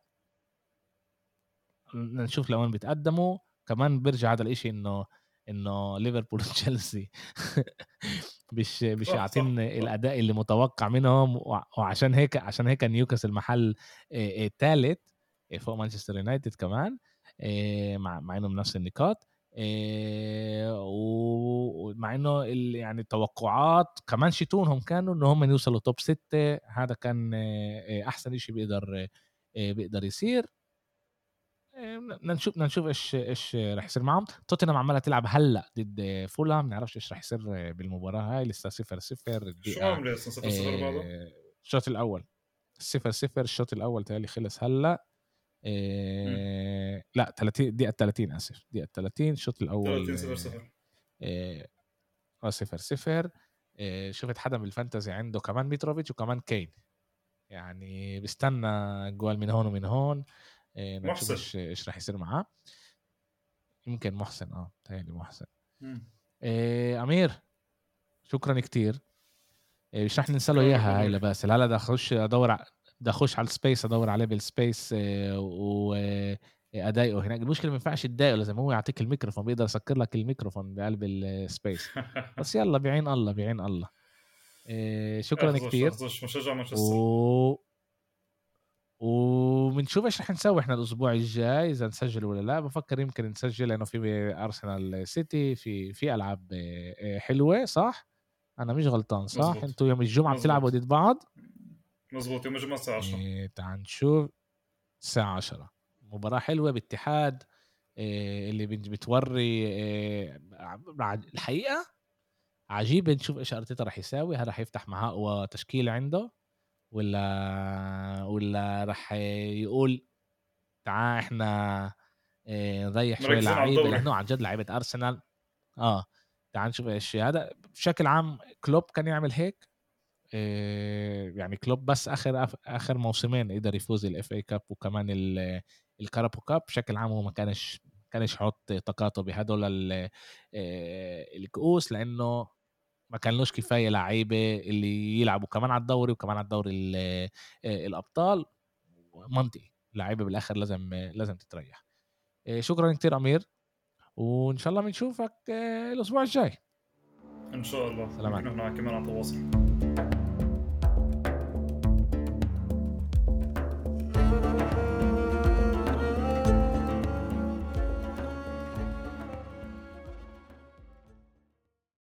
بدنا نشوف لوين بيتقدّموا. كمان بيرجع هذا الإشي إنه إنه ليفربول وتشيلسي مش مش
صح
عاطين
صح صح.
الأداء اللي متوقع منهم. وع وعشان هيك عشان هيك نيوكاسل محل آآ التالت فوق مانشستر يونايتد كمان آآ مع مع إنهم نفس النقاط. آآ و ومع إنه ال يعني التوقعات كمان شتونهم كانوا إن هم يوصلوا توب ستة. هذا كان آآ أحسن إشي بيقدر آآ بيقدر يصير. آآ بدنا نشوف بدنا نشوف إيش إيش راح يصير معاهم. توتنهام عمّالة تلعب هلّأ ضد فولهام، ما نعرفش إيش راح يصير بالمباراة هاي. لسه صفر صفر
شو
الدقيقة
عامله اصلا صفر صفر بعده؟
آآ الشوط الأول صفر صفر الشوط الأول بيتهيأ لي خلص هلّأ.
امم
آآ لأ تلاتين الدقيقة التلاتين آسف، الدقيقة التلاتين الشوط الأول
ثلاثين صفر صفر.
آآ آه صفر صفر. آآ شُفت حدا بالفانتزي عنده كمان ميتروفيتش وكمان كين، يعني بيستنى جوال من هون ومن هون. آآ بدنا نشوف
محسن.
إيش إيش راح يصير معاه. يمكن محسن آه، بيتهيأ لي محسن.
امم
آآ أمير شكرًا كتير. آآ مش رح ننسى له
شكرا لك
إياها هاي
بدر.
لباسل. هلّا بدي أخش أدوّر ع بدي أخش على الspace أدوّر عليه بالspace و آآ أضايقه هناك. المشكلة ما ينفعش تضايقه، لازم هو يعطيك الميكروفون، بيقدر يسكر لك الميكروفون بقلب الspace. بس يالّا بعين الله، بعين الله. آآ شكرًا
احظوش
كتير.
احظوش مشجع مانشستر.
و وبنشوف إيش رح نسوي إحنا الأسبوع الجاي إذا نسجل والّا لأ. بافكر يمكن نسجل لإنه في أرسنال سيتي في في ألعاب آآ حلوة صح؟ أنا مش غلطان صح؟
مزبوط
أنتم يوم الجمعة بتلعبوا
مزبوط
ضد بعض؟
مزبوط يوم الجمعة الساعة عشرة.
آآ تعال نشوف. الساعة عشرة مباراة حلوة باتحاد، آآ اللي بت بتورّي آآ بعد الحقيقة عجيب نشوف إيش أرتيتا راح يساوي، هل راح يفتح مع أقوى تشكيلة عنده والّا والّا راح يقول تعال إحنا آآ نريّح شوي
مركزين على
لعيبة،
الدوري.
لإنه عن جد لعيبة أرسنال آه، تعال نشوف إيش هذا بشكل عام كلوب كان يعمل هيك. آآ يعني كلوب بس آخر أف آخر موسمين قدر يفوز الإف إيه كاب وكمان ال الكارابو كاب، بشكل عام هو ما كانش ما كانش يحط طاقاته بهدول ال آآ الكؤوس، لإنه ما كانلوش كفاية لعيبة اللي يلعبوا كمان على الدوري وكمان على الدوري ال آآ الأبطال، منطقي، اللعيبة بالآخر لازم لازم تتريّح. آآ شكرًا كتير أمير، وإن شاء الله بنشوفك الأسبوع الجاي.
ان شاء الله، يمكن
سلامات.
احنا كمان على تواصل.